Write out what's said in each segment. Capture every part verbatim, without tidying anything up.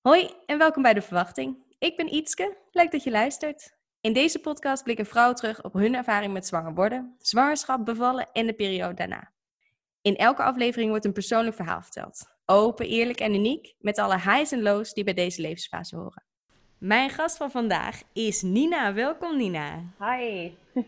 Hoi en welkom bij De Verwachting. Ik ben Ietske, leuk dat je luistert. In deze podcast blikken vrouwen terug op hun ervaring met zwanger worden, zwangerschap, bevallen en de periode daarna. In elke aflevering wordt een persoonlijk verhaal verteld. Open, eerlijk en uniek, met alle highs en lows die bij deze levensfase horen. Mijn gast van vandaag is Nina. Welkom Nina. Hi.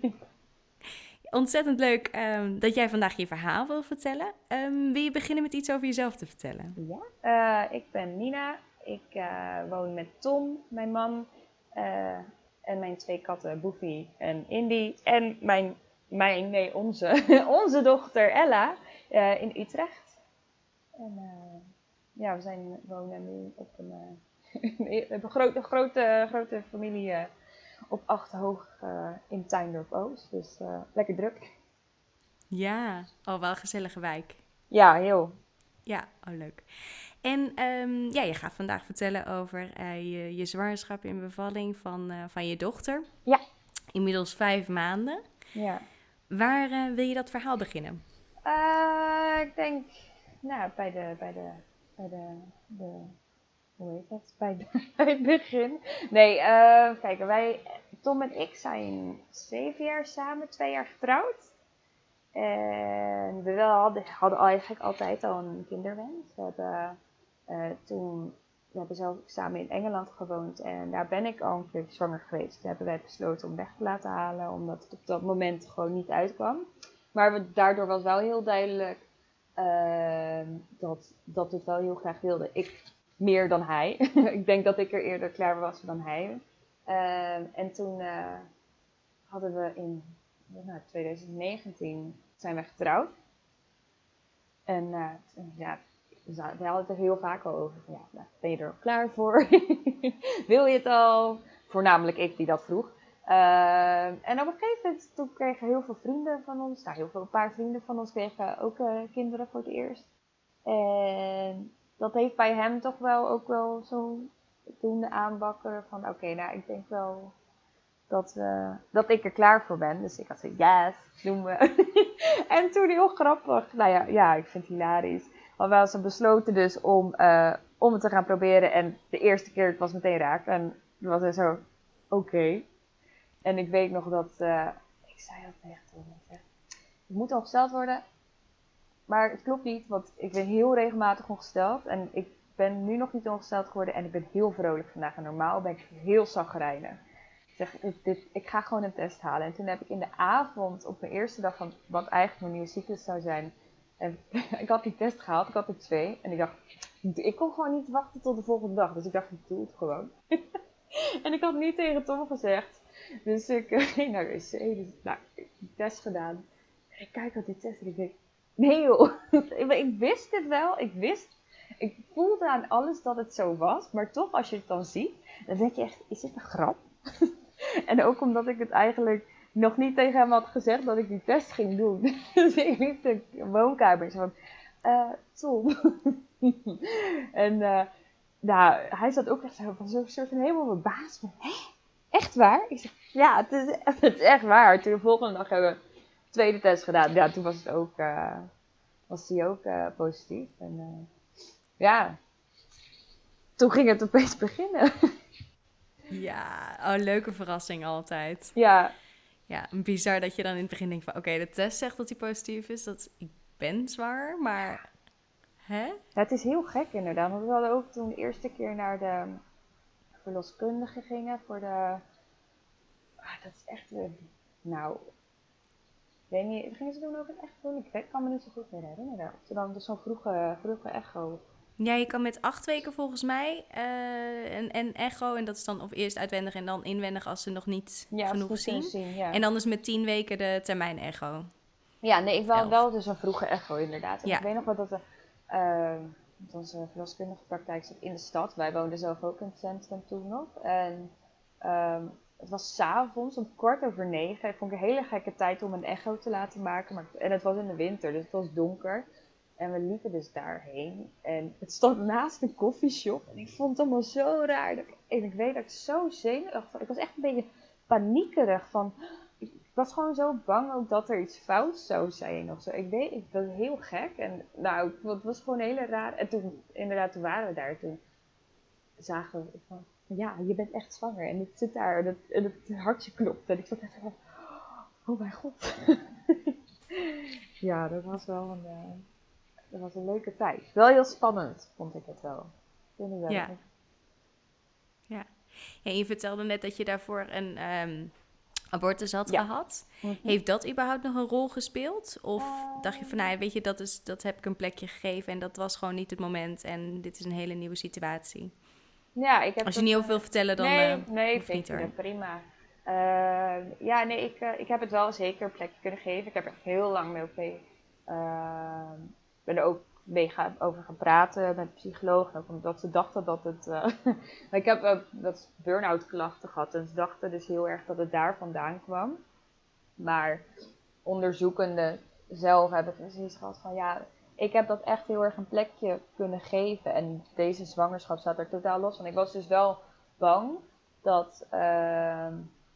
Ontzettend leuk um, dat jij vandaag je verhaal wil vertellen. Um, wil je beginnen met iets over jezelf te vertellen? Ja, uh, ik ben Nina. Ik uh, woon met Tom, mijn man, uh, en mijn twee katten, Boefie en Indy. En mijn, mijn nee, onze, onze dochter Ella uh, in Utrecht. En uh, ja, we zijn, wonen nu op een, uh, we hebben een grote, grote, grote familie uh, op Achterhoog uh, in Tuindorp Oost. Dus uh, lekker druk. Ja, al wel een gezellige wijk. Ja, heel. Ja, oh leuk. En um, ja, je gaat vandaag vertellen over uh, je, je zwangerschap en bevalling van, uh, van je dochter. Ja. Inmiddels vijf maanden. Ja. Waar uh, wil je dat verhaal beginnen? Uh, ik denk, nou, bij de, bij de, bij de, de hoe heet dat? Bij, de, bij het begin. Nee, uh, kijk, wij, Tom en ik zijn zeven jaar samen, twee jaar getrouwd. En we wel hadden, hadden eigenlijk altijd al een kinderwens. We hebben uh, toen, we hebben zelf samen in Engeland gewoond en daar ben ik al een keer zwanger geweest. Toen hebben wij besloten om weg te laten halen, omdat het op dat moment gewoon niet uitkwam. Maar we, daardoor was wel heel duidelijk uh, dat, dat we het wel heel graag wilden. Ik meer dan hij. Ik denk dat ik er eerder klaar was dan hij. Uh, en toen uh, hadden we in nou, twintig negentien zijn we getrouwd. En uh, ja, we hadden het er heel vaak al over. Ja, nou, ben je er al klaar voor? Wil je het al? Voornamelijk ik die dat vroeg. Uh, en op een gegeven moment toen kregen heel veel vrienden van ons, nou heel veel, een paar vrienden van ons kregen ook uh, kinderen voor het eerst. En dat heeft bij hem toch wel ook wel zo'n doende aanbakken van oké, okay, nou ik denk wel dat, uh, dat ik er klaar voor ben. Dus ik had zo, yes, doen we. En toen heel grappig, nou ja, ja ik vind het hilarisch. Want we hadden besloten dus om, uh, om het te gaan proberen. En de eerste keer, het was meteen raak. En toen was hij zo, oké. Okay. En ik weet nog dat, uh, ik zei dat tegen Tom. Het moet ongesteld worden. Maar het klopt niet, want ik ben heel regelmatig ongesteld. En ik ben nu nog niet ongesteld geworden. En ik ben heel vrolijk vandaag. En normaal ben ik heel chagrijnig. Ik zeg, dit, ik ga gewoon een test halen. En toen heb ik in de avond, op mijn eerste dag van wat eigenlijk mijn nieuwe cyclus zou zijn. En ik had die test gehaald, ik had er twee. En ik dacht, ik kon gewoon niet wachten tot de volgende dag. Dus ik dacht, ik doe het gewoon. En ik had niet tegen Tom gezegd. Dus ik ging naar de wc. Dus nou, ik heb die test gedaan. En ik kijk op die test en ik denk, nee joh. Ik wist het wel, ik wist. Ik voelde aan alles dat het zo was. Maar toch, als je het dan ziet, dan denk je echt, is dit een grap? En ook omdat ik het eigenlijk nog niet tegen hem had gezegd dat ik die test ging doen. Dus ik liep de woonkamer van, uh, Tom. En uh, nou, hij zat ook echt zo van zo'n soort van helemaal verbaasd van, hé, echt waar? Ik zeg, ja, het is, het is echt waar. Toen de volgende dag hebben we de tweede test gedaan. Ja, toen was het ook, uh, was die ook uh, positief. En uh, ja, toen ging het opeens beginnen. Ja, oh, leuke verrassing altijd. Ja. Ja, bizar dat je dan in het begin denkt van... oké, okay, de test zegt dat hij positief is, dat ik ben zwanger, maar... Hè? Ja, het is heel gek inderdaad, want we hadden ook toen de eerste keer naar de verloskundige gingen voor de... Ah, dat is echt... Nou... Ik weet niet, gingen ze toen ook een echo doen? Ik kan me niet zo goed meer herinneren. Of ze dan dus zo'n vroege, vroege echo... Ja, je kan met acht weken volgens mij uh, een, een echo. En dat is dan of eerst uitwendig en dan inwendig als ze nog niet ja, genoeg zien. zien ja. En dan is met tien weken de termijn echo. Ja, nee, ik wil wel dus een vroege echo inderdaad. En ja. ik weet nog wel dat de, uh, onze verloskundige praktijk zat in de stad. Wij woonden zelf ook in het centrum toen nog. En um, het was 's avonds om kwart over negen. Ik vond het een hele gekke tijd om een echo te laten maken. Maar, en het was in de winter, dus het was donker. En we liepen dus daarheen. En het stond naast een koffieshop. En ik vond het allemaal zo raar. Dat ik, en ik weet dat ik zo zenuwachtig was. Ik was echt een beetje paniekerig van... Ik was gewoon zo bang ook dat er iets fouts zou zijn of zo. Ik weet, ik was heel gek. En nou, het was gewoon een hele raar. En toen, inderdaad, toen waren we daar. Toen zagen we van, ja, je bent echt zwanger. En het zit daar en het, en het hartje klopt. En ik zat echt van, oh mijn god. Ja, dat was wel een, uh, dat was een leuke tijd. Wel heel spannend, vond ik het wel. Toen wel. Ja. Ja. Ja, je vertelde net dat je daarvoor een um, abortus had Ja. gehad. Mm-hmm. Heeft dat überhaupt nog een rol gespeeld? Of uh, dacht je van, nou, weet je, dat, is, dat heb ik een plekje gegeven en dat was gewoon niet het moment en dit is een hele nieuwe situatie? Ja, ik heb Als je dat, niet uh, over wil vertellen, dan nee, uh, nee, hoeft niet vind hoor. ik prima. Uh, ja, nee, ik, uh, ik heb het wel zeker een plekje kunnen geven. Ik heb er heel lang mee op. Uh, ben er ook mee gaan, over gaan praten met psychologen. Ook omdat ze dachten dat het... Uh, ik heb uh, dat burn-out klachten gehad. En ze dachten dus heel erg dat het daar vandaan kwam. Maar onderzoekende zelf heb ik zoiets gehad van... ja, ik heb dat echt heel erg een plekje kunnen geven. En deze zwangerschap staat er totaal los van. Ik was dus wel bang dat... Uh,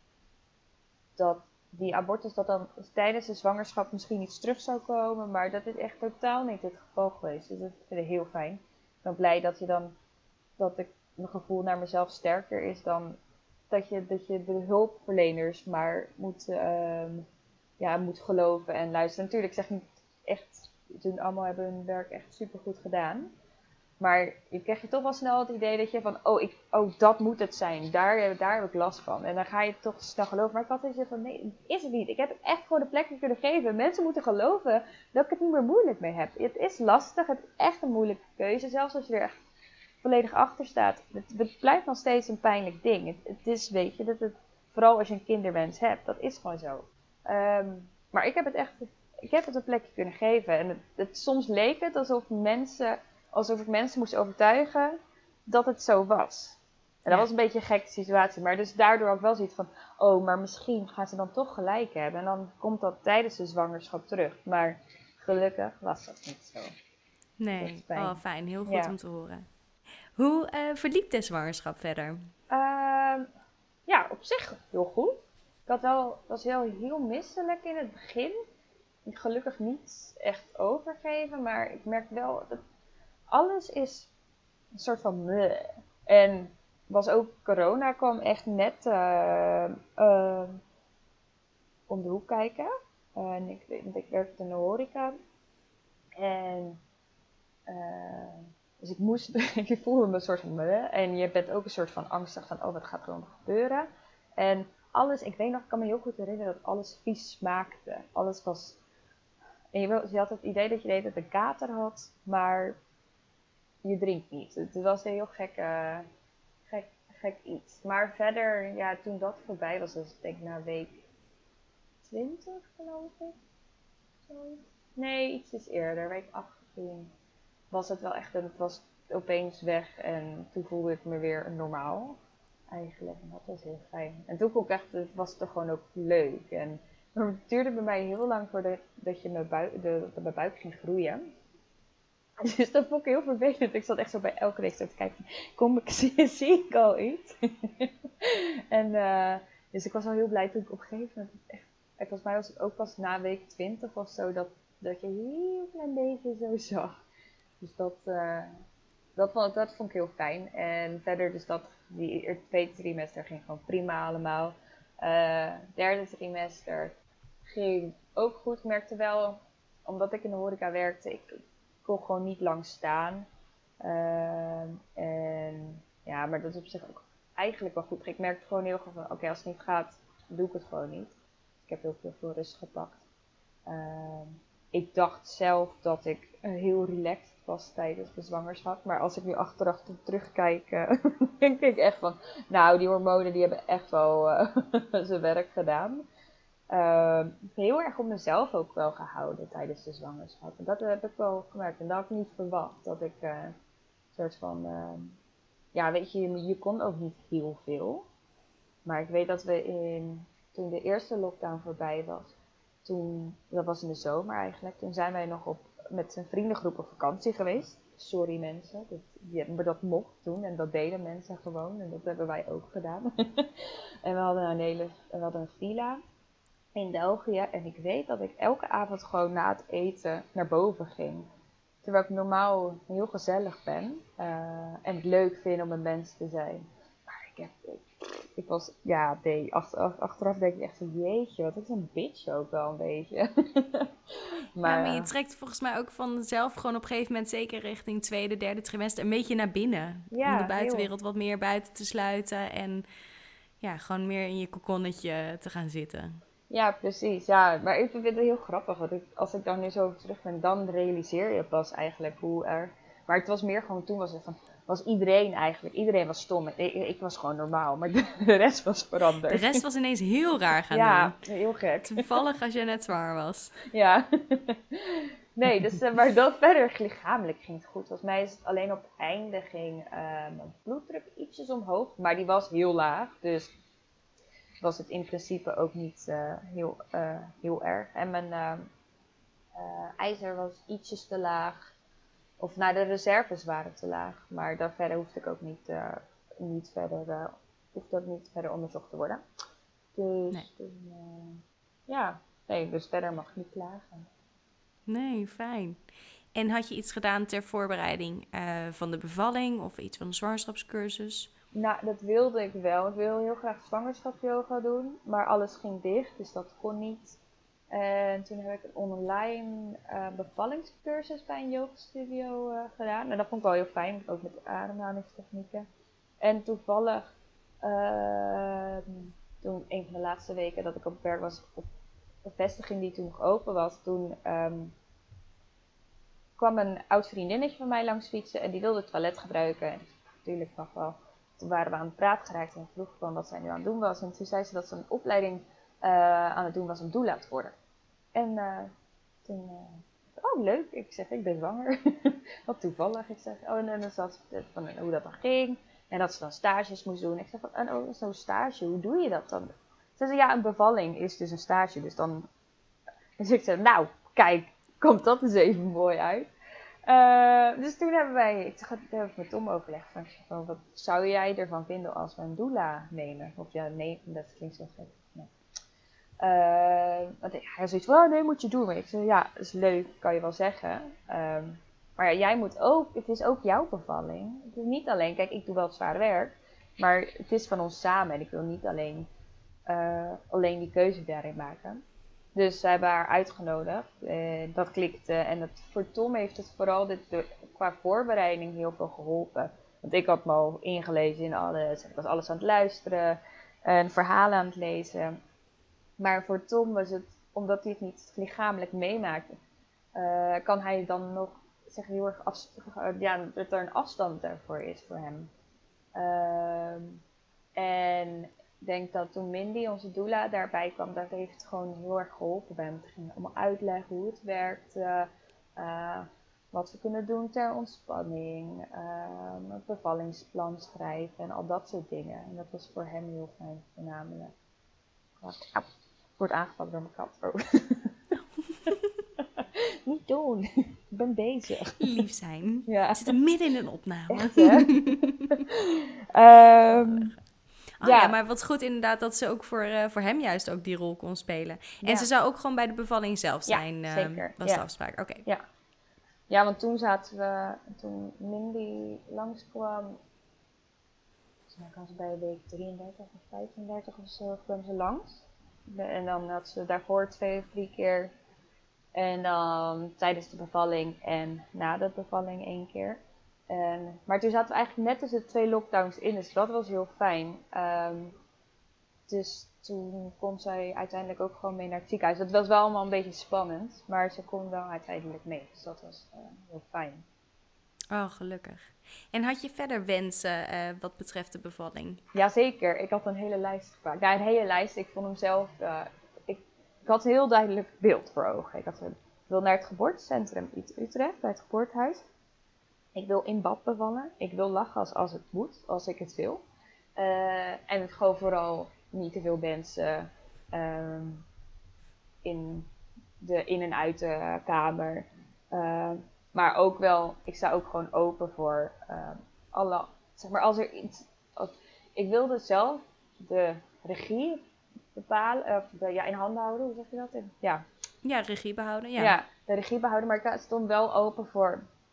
dat die abortus dat dan tijdens de zwangerschap misschien iets terug zou komen, maar dat is echt totaal niet het geval geweest. Dus dat vind ik heel fijn. Ik ben blij dat je dan, dat ik mijn gevoel naar mezelf sterker is dan dat je, dat je de hulpverleners maar moet, uh, ja, moet geloven en luisteren. Natuurlijk, ik zeg niet echt, ze allemaal hebben hun werk echt super goed gedaan. Maar je krijgt je toch wel snel het idee dat je van, oh, ik, oh dat moet het zijn. Daar, daar heb ik last van. En dan ga je toch snel geloven. Maar ik had zoiets van, nee, is het niet. Ik heb echt gewoon de plekje kunnen geven. Mensen moeten geloven dat ik het niet meer moeilijk mee heb. Het is lastig. Het is echt een moeilijke keuze. Zelfs als je er echt volledig achter staat. Het, het blijft nog steeds een pijnlijk ding. Het, het is, weet je, dat het, vooral als je een kinderwens hebt. Dat is gewoon zo. Um, maar ik heb het echt, ik heb het een plekje kunnen geven. En het, het, soms leek het alsof mensen... alsof ik mensen moest overtuigen dat het zo was. En dat ja. was een beetje een gekke situatie. Maar dus daardoor ook wel zoiets van... oh, maar misschien gaan ze dan toch gelijk hebben. En dan komt dat tijdens de zwangerschap terug. Maar gelukkig was dat niet zo. Nee, fijn. Oh fijn. Heel goed ja. om te horen. Hoe uh, verliep de zwangerschap verder? Uh, ja, op zich heel goed. Ik had wel, was heel, heel misselijk in het begin. Gelukkig niet echt overgeven. Maar ik merk wel dat alles is een soort van meh. En was ook corona kwam echt net uh, uh, om de hoek kijken. Uh, en ik, ik werkte in de horeca. En uh, dus ik moest, ik voelde me een soort van meh. En je bent ook een soort van angstig van, oh wat gaat er dan gebeuren? En alles, ik weet nog, ik kan me heel goed herinneren dat alles vies smaakte. Alles was, en je, je had het idee dat je deed dat een kater had, maar je drinkt niet. Het was een heel gek, uh, gek, gek iets. Maar verder, ja, toen dat voorbij was, dus ik denk na week twintig geloof ik. Zoiets. Nee, iets is eerder, week achttien. Was het wel echt, en het was opeens weg en toen voelde ik me weer normaal. Eigenlijk, en dat was heel fijn. En toen kon ik echt, het was toch gewoon ook leuk. En het duurde bij mij heel lang voordat dat je mijn buik, de, dat mijn buik ging groeien. Dus dat vond ik heel vervelend. Ik zat echt zo bij elke week zo te kijken. Kom ik, zie, zie ik al iets? en uh, dus ik was al heel blij toen ik op een gegeven moment echt... Volgens mij was het ook pas na week twintig of zo dat, dat je een heel klein beetje zo zag. Dus dat, uh, dat, vond, dat vond ik heel fijn. En verder dus dat, die, het tweede trimester ging gewoon prima allemaal. Uh, derde trimester ging ook goed. Ik merkte wel, omdat ik in de horeca werkte, ik kon gewoon niet lang staan. Uh, en ja, maar dat is op zich ook eigenlijk wel goed. Ik merkte gewoon heel goed van, oké, okay, als het niet gaat, doe ik het gewoon niet. Ik heb heel veel, veel rust gepakt. Uh, ik dacht zelf dat ik uh, heel relaxed was tijdens de zwangerschap. Maar als ik nu achteraf terugkijk, uh, denk ik echt van... Nou, die hormonen die hebben echt wel uh, zijn werk gedaan. Uh, heel erg op mezelf ook wel gehouden tijdens de zwangerschap. En dat heb ik wel gemerkt. En dat had ik niet verwacht. Dat ik uh, een soort van... Uh, ja, weet je, je, je kon ook niet heel veel. Maar ik weet dat we in... Toen de eerste lockdown voorbij was... Toen, dat was in de zomer eigenlijk. Toen zijn wij nog op, met een vriendengroep op vakantie geweest. Sorry mensen, dat, ja, maar dat mocht toen. En dat deden mensen gewoon. En dat hebben wij ook gedaan. En we hadden een hele, we hadden een villa in België. En ik weet dat ik elke avond gewoon na het eten naar boven ging. terwijl ik normaal heel gezellig ben. Uh, en het leuk vind om met mensen te zijn. Maar ik heb... Ik, ik was... Ja, nee. Achter, achteraf denk ik echt zo... Jeetje, wat is een bitch ook wel een beetje. maar, ja, maar je trekt volgens mij ook vanzelf gewoon op een gegeven moment... zeker richting tweede, derde trimester... een beetje naar binnen. Ja, om de buitenwereld heel... wat meer buiten te sluiten. En ja, gewoon meer in je kokonnetje te gaan zitten. Ja, precies. Ja, maar ik vind het heel grappig. Want ik, als ik dan nu zo terug ben, dan realiseer je pas eigenlijk hoe er... Maar het was meer gewoon, toen was het van... Was iedereen eigenlijk, iedereen was stom. Ik, ik was gewoon normaal, maar de, de rest was veranderd. De rest was ineens heel raar gaan ja, doen. Ja, heel gek. Toevallig als je net zwaar was. Ja. Nee, dus, uh, maar dat verder lichamelijk ging het goed. Volgens mij is het alleen op het einde ging uh, mijn bloeddruk ietsjes omhoog. Maar die was heel laag, dus... was het in principe ook niet uh, heel, uh, heel erg. En mijn uh, uh, ijzer was ietsjes te laag. Of nou, de reserves waren te laag. Maar daar verder hoefde ik ook niet, uh, niet verder, uh, hoefde dat niet verder onderzocht te worden. Dus, nee. dus uh, ja, nee, dus verder mag ik niet klagen. Nee, fijn. En had je iets gedaan ter voorbereiding uh, van de bevalling of iets van een zwangerschapscursus? Nou, dat wilde ik wel. Ik wilde heel graag zwangerschapsyoga doen, maar alles ging dicht, dus dat kon niet. En toen heb ik een online uh, bevallingscursus bij een yogastudio uh, gedaan. En dat vond ik wel heel fijn, ook met ademhalingstechnieken. En toevallig, uh, toen een van de laatste weken dat ik op werk was, op een vestiging die toen nog open was, toen um, kwam een oud vriendinnetje van mij langs fietsen en die wilde het toilet gebruiken. En natuurlijk nog wel. Toen waren we aan het praat geraakt en vroeg van wat zij nu aan het doen was. En toen zei ze dat ze een opleiding uh, aan het doen was om doula te worden. En uh, toen, uh, oh leuk, ik zeg ik ben zwanger. Wat toevallig. Ik zeg, oh en dan zat ze van hoe dat dan ging. En dat ze dan stages moest doen. Ik zeg van, oh zo'n stage, hoe doe je dat dan? Ze zei, ja een bevalling is dus een stage. Dus dan, dus ik zei, nou kijk, komt dat eens even mooi uit. Uh, dus toen hebben wij, ik heb het met Tom overlegd, van, van wat zou jij ervan vinden als we een doula nemen? Of ja, nee, dat klinkt zo gek. Nee. Uh, want hij had zoiets van, oh, nee, moet je doen. Maar ik zei, ja, dat is leuk, kan je wel zeggen. Um, maar ja, jij moet ook, het is ook jouw bevalling. Het is niet alleen, kijk, ik doe wel het zware werk, maar het is van ons samen. En ik wil niet alleen, uh, alleen die keuze daarin maken. Dus zij hebben haar uitgenodigd. Eh, dat klikte. En het, voor Tom heeft het vooral dit, de, qua voorbereiding heel veel geholpen. Want ik had me al ingelezen in alles. Ik was alles aan het luisteren. En verhalen aan het lezen. Maar voor Tom was het, omdat hij het niet lichamelijk meemaakte, uh, kan hij dan nog zeg, heel erg af, ja, dat er een afstand daarvoor is voor hem. Uh, en ik denk dat toen Mindy, onze doula, daarbij kwam, dat heeft het gewoon heel erg geholpen bij hem. Te ging allemaal uitleggen hoe het werkt, uh, uh, wat we kunnen doen ter ontspanning, uh, een bevallingsplan schrijven en al dat soort dingen. En dat was voor hem heel fijn, voornamelijk. Wacht, au, ik word aangevallen door mijn kat. Oh. Niet doen, ik ben bezig. Lief zijn. Ja. We zitten midden in een opname. Echt, hè? um, Oh, ja. ja, maar wat goed inderdaad dat ze ook voor, uh, voor hem juist ook die rol kon spelen. En ja. Ze zou ook gewoon bij de bevalling zelf zijn, ja, zeker. Uh, was ja. de afspraak. Oké. Okay. Ja. ja, want toen zaten we, toen Mindy langskwam, dan kwam ze bij week drieëndertig of vijfendertig of zo, kwam ze langs. En dan had ze daarvoor twee of drie keer. En dan tijdens de bevalling en na de bevalling één keer. En, maar toen zaten we eigenlijk net tussen de twee lockdowns in, dus dat was heel fijn. Um, dus toen kon zij uiteindelijk ook gewoon mee naar het ziekenhuis. Dat was wel allemaal een beetje spannend, maar ze kon wel uiteindelijk mee. Dus dat was uh, heel fijn. Oh, gelukkig. En had je verder wensen uh, wat betreft de bevalling? Jazeker, ik had een hele lijst gemaakt. Nou, een hele lijst, ik vond hem zelf... Uh, ik, ik had een heel duidelijk beeld voor ogen. Ik had een, ik wil naar het geboortecentrum Utrecht, bij het geboortehuis. Ik wil in bad bevallen. Ik wil lachen als, als het moet, als ik het wil. Uh, en het gewoon vooral niet te veel mensen uh, in, de in- en uit de kamer. Uh, maar ook wel, ik sta ook gewoon open voor uh, alle, zeg maar als er iets, als, ik wilde zelf de regie bepalen, of de, ja, in handen houden, hoe zeg je dat? Ja, ja regie behouden, ja. Ja, de regie behouden, maar ik stond wel open voor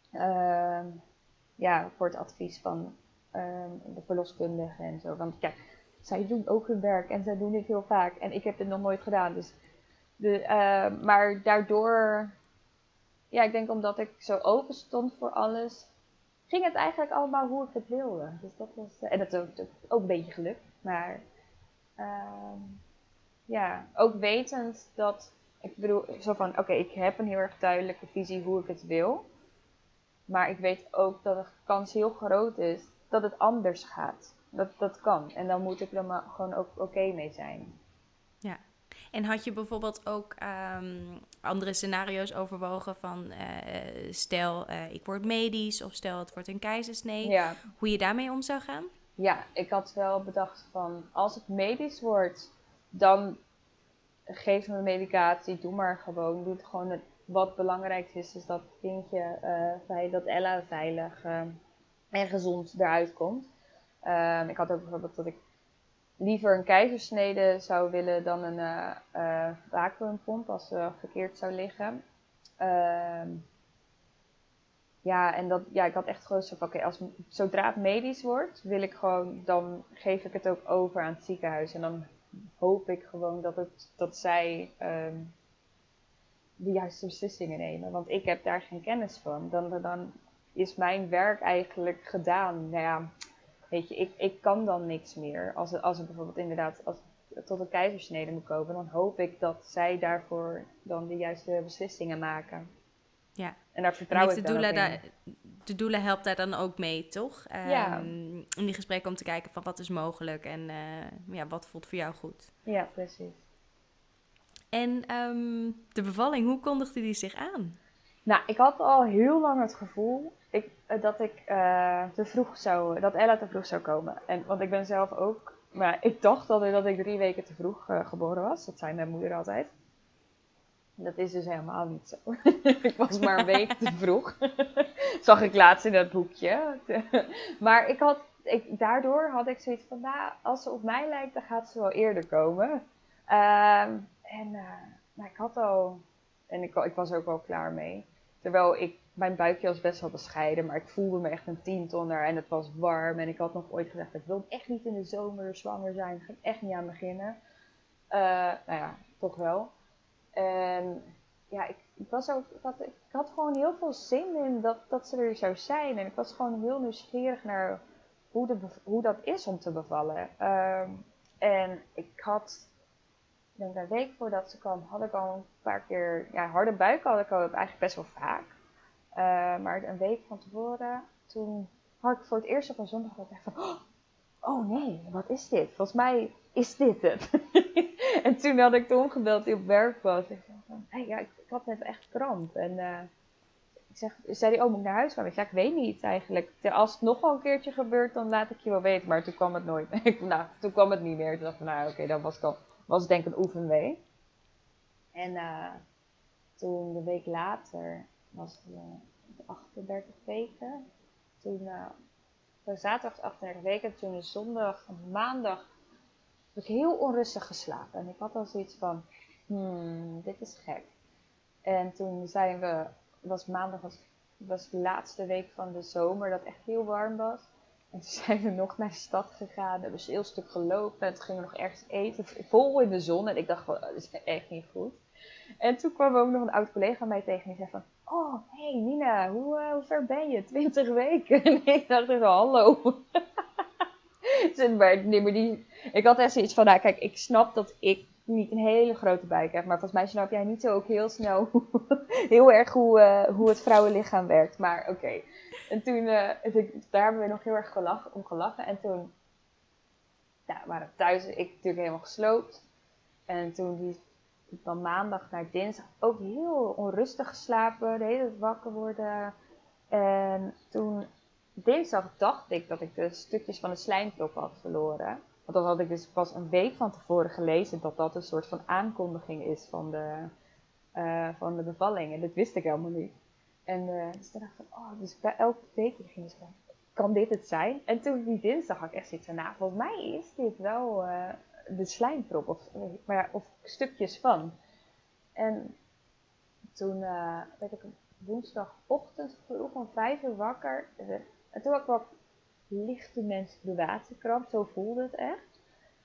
Uh, ja, voor het advies van uh, de verloskundige en zo. Want kijk, zij doen ook hun werk en zij doen dit heel vaak. En ik heb dit nog nooit gedaan. Dus de, uh, maar daardoor, ja, ik denk omdat ik zo open stond voor alles, ging het eigenlijk allemaal hoe ik het wilde. Dus dat was, uh, en dat is ook, ook een beetje gelukt. Maar uh, ja, ook wetend dat, ik bedoel, zo van, oké, okay, ik heb een heel erg duidelijke visie hoe ik het wil. Maar ik weet ook dat de kans heel groot is dat het anders gaat. Dat, dat kan. En dan moet ik er maar gewoon ook oké okay mee zijn. Ja. En had je bijvoorbeeld ook um, andere scenario's overwogen van uh, stel uh, ik word medisch of stel het wordt een keizersnee. Ja. Hoe je daarmee om zou gaan? Ja, ik had wel bedacht van als het medisch wordt, dan geef me medicatie. Doe maar gewoon. Doe het gewoon. Het, wat belangrijk is, is dat kindje, uh, dat Ella veilig uh, en gezond eruit komt. Uh, ik had ook bijvoorbeeld dat ik liever een keizersnede zou willen dan een uh, uh, vacuümpomp als ze verkeerd zou liggen. Uh, ja, en dat, ja, ik had echt gewoon zo van, oké, okay, zodra het medisch wordt, wil ik gewoon, dan geef ik het ook over aan het ziekenhuis. En dan hoop ik gewoon dat, het, dat zij um, de juiste beslissingen nemen. Want ik heb daar geen kennis van. Dan, dan is mijn werk eigenlijk gedaan. Nou ja, weet je, ik, ik kan dan niks meer. Als het, als het bijvoorbeeld inderdaad als het tot een keizersnede moet komen, dan hoop ik dat zij daarvoor dan de juiste beslissingen maken. Ja. En daar vertrouw en ik dan ook in. Daar, de doula helpt daar dan ook mee, toch? Ja. Um, in die gesprekken om te kijken van wat is mogelijk en uh, ja, wat voelt voor jou goed. Ja, precies. En um, de bevalling, hoe kondigde die zich aan? Nou, ik had al heel lang het gevoel ik, uh, dat ik uh, te vroeg zou, dat Ella te vroeg zou komen. En, want ik ben zelf ook, maar ik dacht altijd dat ik drie weken te vroeg uh, geboren was. Dat zei mijn moeder altijd. Dat is dus helemaal niet zo. Ik was maar een week te vroeg. Zag ik laatst in dat boekje. Maar ik had, ik, daardoor had ik zoiets van, nou, als ze op mij lijkt, dan gaat ze wel eerder komen. Uh, en uh, nou, ik had al, en ik, ik was ook wel klaar mee. Terwijl ik, mijn buikje was best wel bescheiden, maar ik voelde me echt een tientonner en het was warm. En ik had nog ooit gezegd, ik wil echt niet in de zomer zwanger zijn. Ik ga echt niet aan beginnen. Uh, nou ja, toch wel. En ja, ik, ik, was ook, ik, had, ik had gewoon heel veel zin in dat, dat ze er zou zijn. En ik was gewoon heel nieuwsgierig naar hoe, de, hoe dat is om te bevallen. Um, en ik had, ik denk een week voordat ze kwam, had ik al een paar keer, ja, harde buik had ik al eigenlijk best wel vaak. Uh, maar een week van tevoren, toen had ik voor het eerst op een zondag dat ik dacht van, oh nee, wat is dit? Volgens mij is dit het. En toen had ik Tom gebeld die op werk was. Ik zei van, hey, ja, ik, ik had net echt kramp. En uh, ik zeg, zei hij, oh, moet ik naar huis gaan? Ik zei, ik weet niet eigenlijk. Als het nog wel een keertje gebeurt, dan laat ik je wel weten. Maar toen kwam het nooit. nou, toen kwam het niet meer. Toen dacht ik, nou oké, okay, dan was het, al, was het denk ik een oefenwee. En uh, toen de week later, was het uh, achtendertig weken. Toen, uh, toen zaterdag achtendertig weken, toen de zondag, maandag, heb ik heel onrustig geslapen. En ik had al zoiets van, hmm, dit is gek. En toen zijn we, was maandag, was, was de laatste week van de zomer, dat echt heel warm was. En toen zijn we nog naar de stad gegaan, we hebben een heel stuk gelopen. En toen gingen we nog ergens eten, vol in de zon. En ik dacht gewoon, dat is echt niet goed. En toen kwam ook nog een oud collega mij tegen en die zei van, oh, hey Nina, hoe, uh, hoe ver ben je? twintig weken. En ik dacht even, hallo. maar, nee, maar die, ik had echt zoiets van, nou kijk, ik snap dat ik niet een hele grote buik heb. Maar volgens mij snap jij niet zo ook heel snel heel erg hoe, uh, hoe het vrouwenlichaam werkt. Maar oké. Okay. En toen, uh, daar hebben we nog heel erg gelachen, om gelachen. En toen nou, waren we thuis, ik natuurlijk helemaal gesloopt. En toen die van maandag naar dinsdag ook heel onrustig geslapen. De hele tijd wakker worden. En toen dinsdag dacht ik dat ik de stukjes van de slijmvlok had verloren. Want dat had ik dus pas een week van tevoren gelezen. Dat dat een soort van aankondiging is van de, uh, van de bevalling. En dat wist ik helemaal niet. En uh, dus toen dacht ik van, oh, dus bij elke week ging ik van, kan dit het zijn? En toen die dinsdag had ik echt zoiets van, nou, volgens mij is dit wel uh, de slijmprop. Of, maar ja, of stukjes van. En toen uh, werd ik woensdagochtend vroeg om vijf uur wakker. En toen had ik wat lichte menstruatiekramp, zo voelde het echt.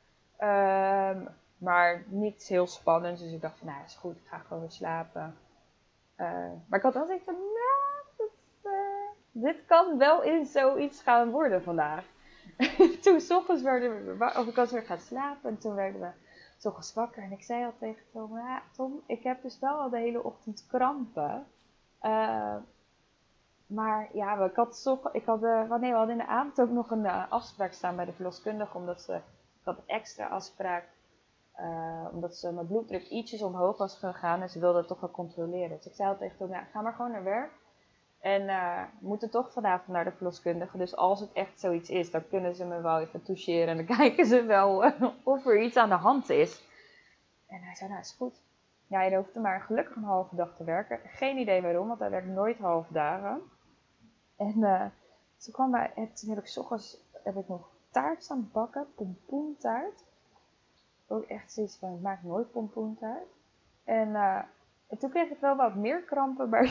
Um, maar niets heel spannends, dus ik dacht van, nou is goed, ik ga gewoon weer slapen. Uh, maar ik had altijd van, nou, dat, uh, dit kan wel eens zoiets gaan worden vandaag. Toen 's ochtends werden we, of ik was weer gaan slapen en toen werden we 's ochtends wakker. En ik zei al tegen Tom, ja, Tom, ik heb dus wel al de hele ochtend krampen. Uh, maar ja, ik had, zo, ik had uh, wanneer we hadden in de avond ook nog een uh, afspraak staan bij de verloskundige, omdat ze, ik had een extra afspraak. Uh, omdat ze mijn bloeddruk ietsjes omhoog was gegaan en ze wilde het toch wel controleren. Dus ik zei al tegen hem, ja, ga maar gewoon naar werk. En uh, we moeten toch vanavond naar de verloskundige. Dus als het echt zoiets is, dan kunnen ze me wel even toucheren. En dan kijken ze wel uh, of er iets aan de hand is. En hij zei, nou is goed. Ja, je hoeft er maar gelukkig een halve dag te werken. Geen idee waarom, want hij werkt nooit halve dagen. En uh, toen kwam hij, en toen heb ik 's ochtends heb ik nog taart staan bakken, pompoentaart. Ook echt zoiets van, ik maak nooit pompoentaart. En, uh, en toen kreeg ik wel wat meer krampen, maar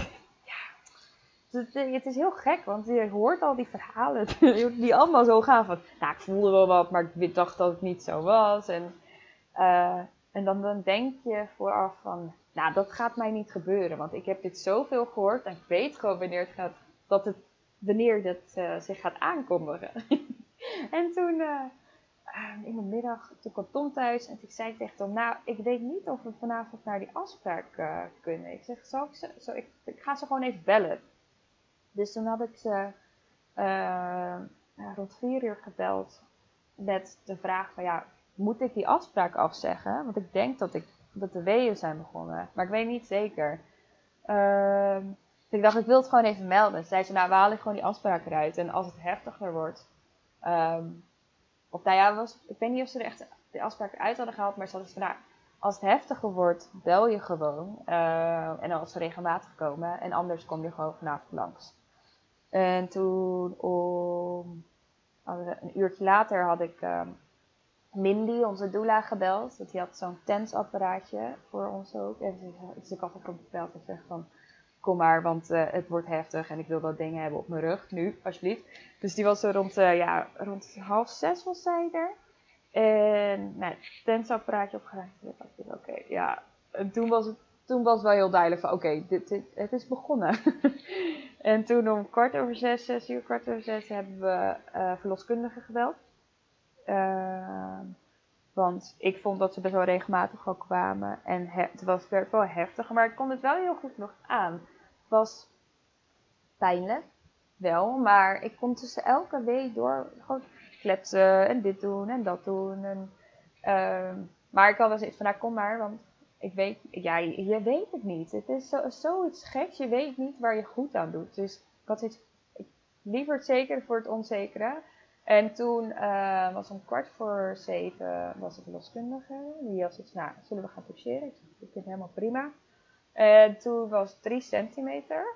ja, het, het is heel gek, want je hoort al die verhalen die allemaal zo gaan van, nou ik voelde wel wat, maar ik dacht dat het niet zo was. En, uh, en dan, dan denk je vooraf van, nou dat gaat mij niet gebeuren, want ik heb dit zoveel gehoord en ik weet gewoon wanneer het gaat, dat het, wanneer het uh, zich gaat aankondigen. En toen... Uh, Uh, in de middag, toen kwam Tom thuis en ik zei tegen Tom, nou, ik weet niet of we vanavond naar die afspraak uh, kunnen. Ik zeg, zal ik, ze, zo, ik, ik ga ze gewoon even bellen. Dus toen had ik ze uh, rond vier uur gebeld met de vraag van, ja, moet ik die afspraak afzeggen? Want ik denk dat, ik, dat de weeën zijn begonnen, maar ik weet niet zeker. Uh, dus ik dacht, ik wil het gewoon even melden. Toen zei ze, nou, we halen gewoon die afspraak eruit en als het heftiger wordt... Um, Of nou ja, was, ik weet niet of ze er echt de afspraak uit hadden gehaald, maar ze hadden van, nou, als het heftiger wordt, bel je gewoon. Uh, en dan was ze regelmatig komen. En anders kom je gewoon vanavond langs. En toen om een uurtje later had ik uh, Mindy, onze doula, gebeld. Want die had zo'n tensapparaatje voor ons ook. En dus ik had haar gebeld en gezegd van, kom maar, want uh, het wordt heftig en ik wil dat ding hebben op mijn rug, nu, alsjeblieft. Dus die was er rond, uh, ja, rond half zes was zij er. En nou, het tensapparaatje opgeraakt. En ik dacht, oké, okay, ja. En toen was het, toen was het wel heel duidelijk van, oké, okay, dit, dit, het is begonnen. En toen om kwart over zes, zes uur, kwart over zes, hebben we uh, verloskundigen gebeld. Uh, want ik vond dat ze best wel regelmatig al kwamen. En he- het was, werd wel heftig, maar ik kon het wel heel goed nog aan. Het was pijnlijk, wel, maar ik kon tussen elke week door gewoon kletsen en dit doen en dat doen. En, uh, maar ik had wel zoiets van, nou kom maar, want ik weet, ja, je, je weet het niet. Het is zo, zoiets geks, je weet niet waar je goed aan doet. Dus ik had zoiets, ik, liever het zeker voor het onzekere. En toen uh, was om kwart voor zeven was de verloskundige. Die had zoiets, nou, zullen we gaan toucheren? Ik, ik vind het helemaal prima. En toen was het drie centimeter.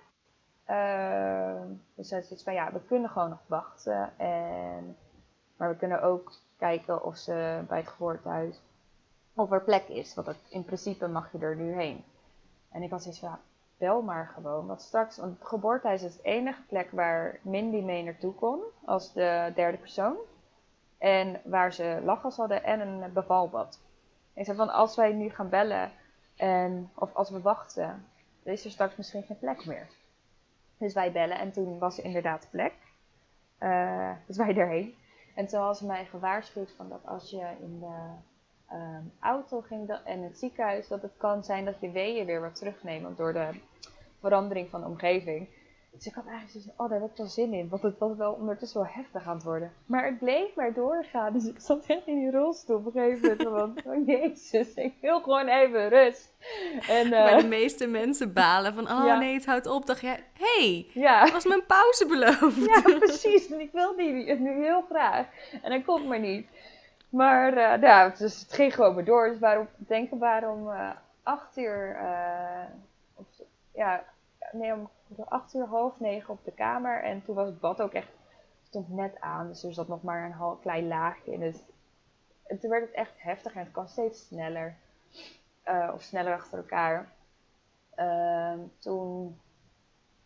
Uh, dus zij zoiets van, ja, we kunnen gewoon nog wachten. En, maar we kunnen ook kijken of ze bij het geboortehuis, of er plek is. Want het, in principe mag je er nu heen. En ik had zoiets van, ja, bel maar gewoon. Want straks, want het geboortehuis is de enige plek waar Mindy mee naartoe kon. Als de derde persoon. En waar ze lachgas hadden en een bevalbad. En ik zei van, als wij nu gaan bellen. En, of als we wachten. Dan is er straks misschien geen plek meer. Dus wij bellen. En toen was er inderdaad plek. Uh, dus wij erheen. En toen hadden ze mij gewaarschuwd van dat als je in de um, auto ging en het ziekenhuis, dat het kan zijn dat je weeën weer wat terugneemt door de verandering van de omgeving. Dus ik had eigenlijk zoiets van, oh daar heb ik wel zin in, want het was wel ondertussen wel heftig aan het worden. Maar het bleef maar doorgaan, dus ik zat echt in die rolstoel op een gegeven moment van, oh jezus, ik wil gewoon even rust. En, uh, maar de meeste mensen balen van, oh ja. nee, het houdt op. Dacht je, hé, hey, ja. was mijn pauze beloofd? Ja, precies, en ik wil die nu heel graag. En dat komt maar niet. Maar uh, ja, dus het ging gewoon maar door. Dus waarom, denk ik waarom uh, acht uur, uh, of, ja, nee, om acht uur, half negen op de kamer. En toen was het bad ook echt, stond net aan. Dus er zat nog maar een half klein laagje in. Dus, en toen werd het echt heftig en het kwam steeds sneller. Uh, of sneller achter elkaar. Uh, toen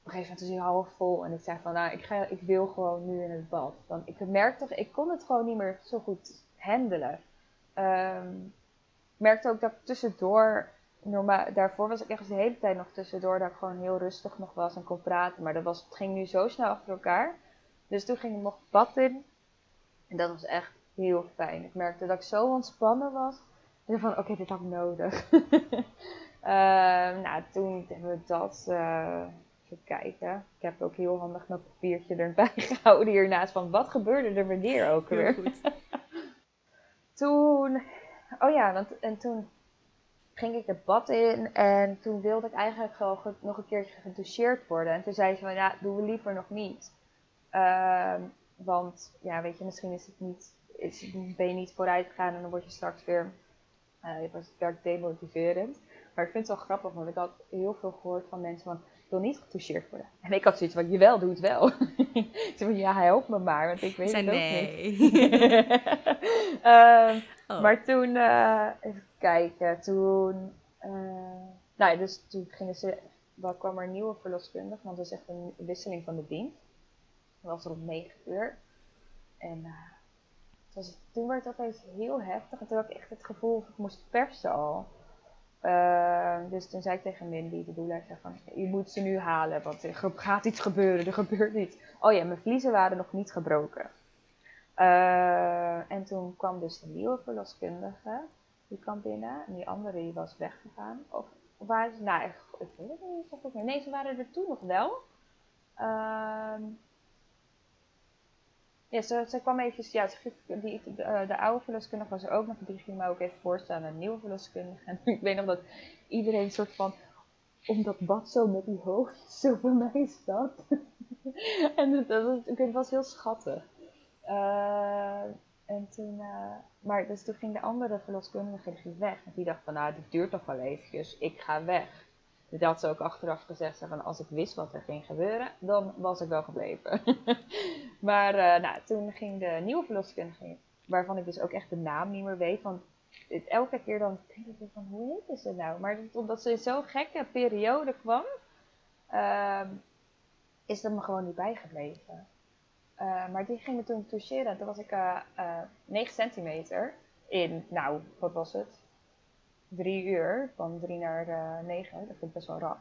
een gegeven moment was hij half vol. En ik zei van, nou, ik, ga, ik wil gewoon nu in het bad. Want ik merkte, ik kon het gewoon niet meer zo goed handelen. Um, ik merkte ook dat ik tussendoor, normaal, daarvoor was ik echt de hele tijd nog tussendoor, dat ik gewoon heel rustig nog was en kon praten. Maar dat was, het ging nu zo snel achter elkaar. Dus toen ging ik nog het bad in. En dat was echt heel fijn. Ik merkte dat ik zo ontspannen was. En van, oké, okay, dit had ik nodig. uh, nou, toen hebben we dat... Uh, even kijken. Ik heb ook heel handig mijn papiertje erbij gehouden hiernaast. Van, wat gebeurde er wanneer ook heel weer? Goed. Toen... Oh ja, want, en toen ging ik het bad in. En toen wilde ik eigenlijk wel ge, nog een keertje gedoucheerd worden. En toen zei ze van, ja, doen we liever nog niet. Uh, want, ja, weet je, misschien is het niet... Is, ben je niet vooruit gegaan en dan word je straks weer... Uh, het was werk demotiverend. Maar ik vind het wel grappig, want ik had heel veel gehoord van mensen van... Ik wil niet getoucheerd worden. En ik had zoiets van, jawel, doe het wel. Ik zei van, ja, help me maar, want ik weet Zij, het ook nee. niet. um, oh. Maar toen, uh, even kijken, toen... Uh, nou ja, dus toen gingen ze... Wel kwam er een nieuwe verloskundige, want dat is echt een wisseling van de dienst. Dat was rond negen uur. En uh, het was, toen werd het opeens heel heftig. En toen had ik echt het gevoel of ik moest persen al. Uh, dus toen zei ik tegen Mindy, de doula, ik zei van, je moet ze nu halen, want er gaat iets gebeuren, er gebeurt iets. Oh ja, mijn vliezen waren nog niet gebroken. Uh, en toen kwam dus de nieuwe verloskundige, die kwam binnen. En die andere die was weggegaan. Of, of waren ze, nou, ik, ik weet het niet zo goed meer. Nee, ze waren er toen nog wel. Uh, Ja, ze, ze kwam eventjes, ja, ze, die, de, de oude verloskundige was er ook nog, die ging me ook even voorstellen aan een nieuwe verloskundige. En ik weet nog dat iedereen een soort van, om dat bad zo met die hoofd zo bij mij zat. En dat, dat was, het was heel schattig. Uh, en toen, uh, maar dus toen ging de andere verloskundige ging weg. En die dacht van, nou, dit duurt toch wel eventjes, ik ga weg. Dat had ze ook achteraf gezegd, van als ik wist wat er ging gebeuren, dan was ik wel gebleven. Maar uh, nou, toen ging de nieuwe verloskundige, waarvan ik dus ook echt de naam niet meer weet. Want het, elke keer dan denk ik van, hoe heet ze nou? Maar dat, omdat ze in zo'n gekke periode kwam, uh, is dat me gewoon niet bijgebleven. Uh, maar die ging me toen toucheren. Toen was ik uh, uh, negen centimeter in, nou, wat was het? Drie uur, van drie naar uh, negen. Dat vind ik best wel rap.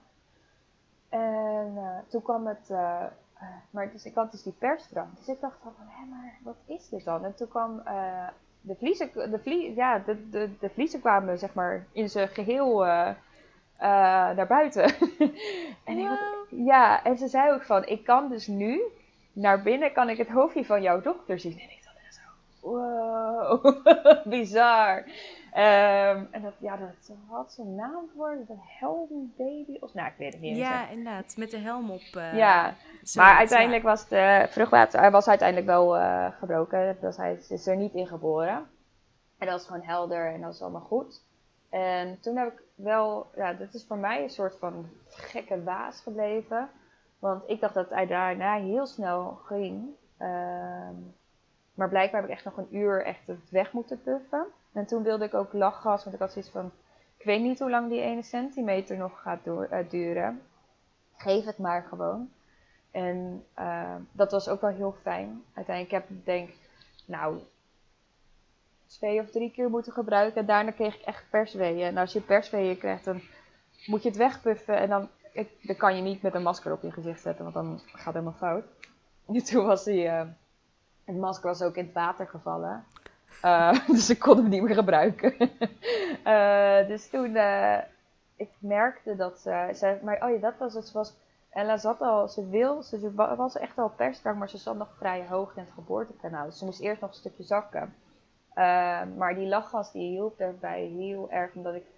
En uh, toen kwam het, uh, uh, maar dus ik had dus die persdrang. Dus ik dacht van, hé, maar wat is dit dan? En toen kwam uh, de vliezen, de, vlie, ja, de, de, de vliezen kwamen zeg maar in zijn geheel uh, uh, naar buiten. En ik had, ja, en ze zei ook van, ik kan dus nu, naar binnen kan ik het hoofdje van jouw dochter zien. En ik dacht echt zo, wow, bizar. Um, en dat, ja, dat had zo'n naam voor, de Helm Baby, of nou, ik weet het niet eens. Ja, inderdaad, met de helm op. Uh, ja, maar uiteindelijk ja. was de vruchtwater, was uiteindelijk wel uh, gebroken. Dus hij is er niet in geboren. En dat was gewoon helder en dat was allemaal goed. En toen heb ik wel, ja, dat is voor mij een soort van gekke waas gebleven. Want ik dacht dat hij daarna heel snel ging. Um, maar blijkbaar heb ik echt nog een uur echt het weg moeten puffen. En toen wilde ik ook lachgas, want ik had zoiets van, ik weet niet hoe lang die ene centimeter nog gaat door, uh, duren. Geef het maar gewoon. En uh, dat was ook wel heel fijn. Uiteindelijk heb ik denk, nou, twee of drie keer moeten gebruiken. En daarna kreeg ik echt persweeën. En als je persweeën krijgt, dan moet je het wegpuffen. En dan, ik, dan kan je niet met een masker op je gezicht zetten, want dan gaat het helemaal fout. En toen was die, uh, het masker was ook in het water gevallen. Uh, dus ik kon hem niet meer gebruiken. uh, dus toen, uh, ik merkte dat ze, ze maar oh ja, dat was het, ze was, Ella zat al, ze wil, ze was echt al persdrang, maar ze zat nog vrij hoog in het geboortekanaal. Dus ze moest eerst nog een stukje zakken. Uh, maar die lachgas die hielp daarbij heel erg, omdat ik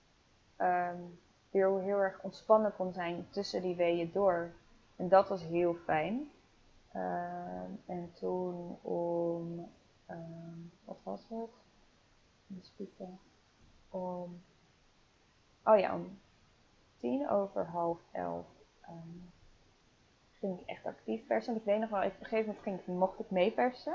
um, heel, heel erg ontspannen kon zijn tussen die weeën door. En dat was heel fijn. Uh, en toen om, um, wat was het? Spieken. Om, oh ja, om tien over half elf um, ging ik echt actief persen. En ik weet nog wel, op een gegeven moment ging ik, mocht ik meepersen.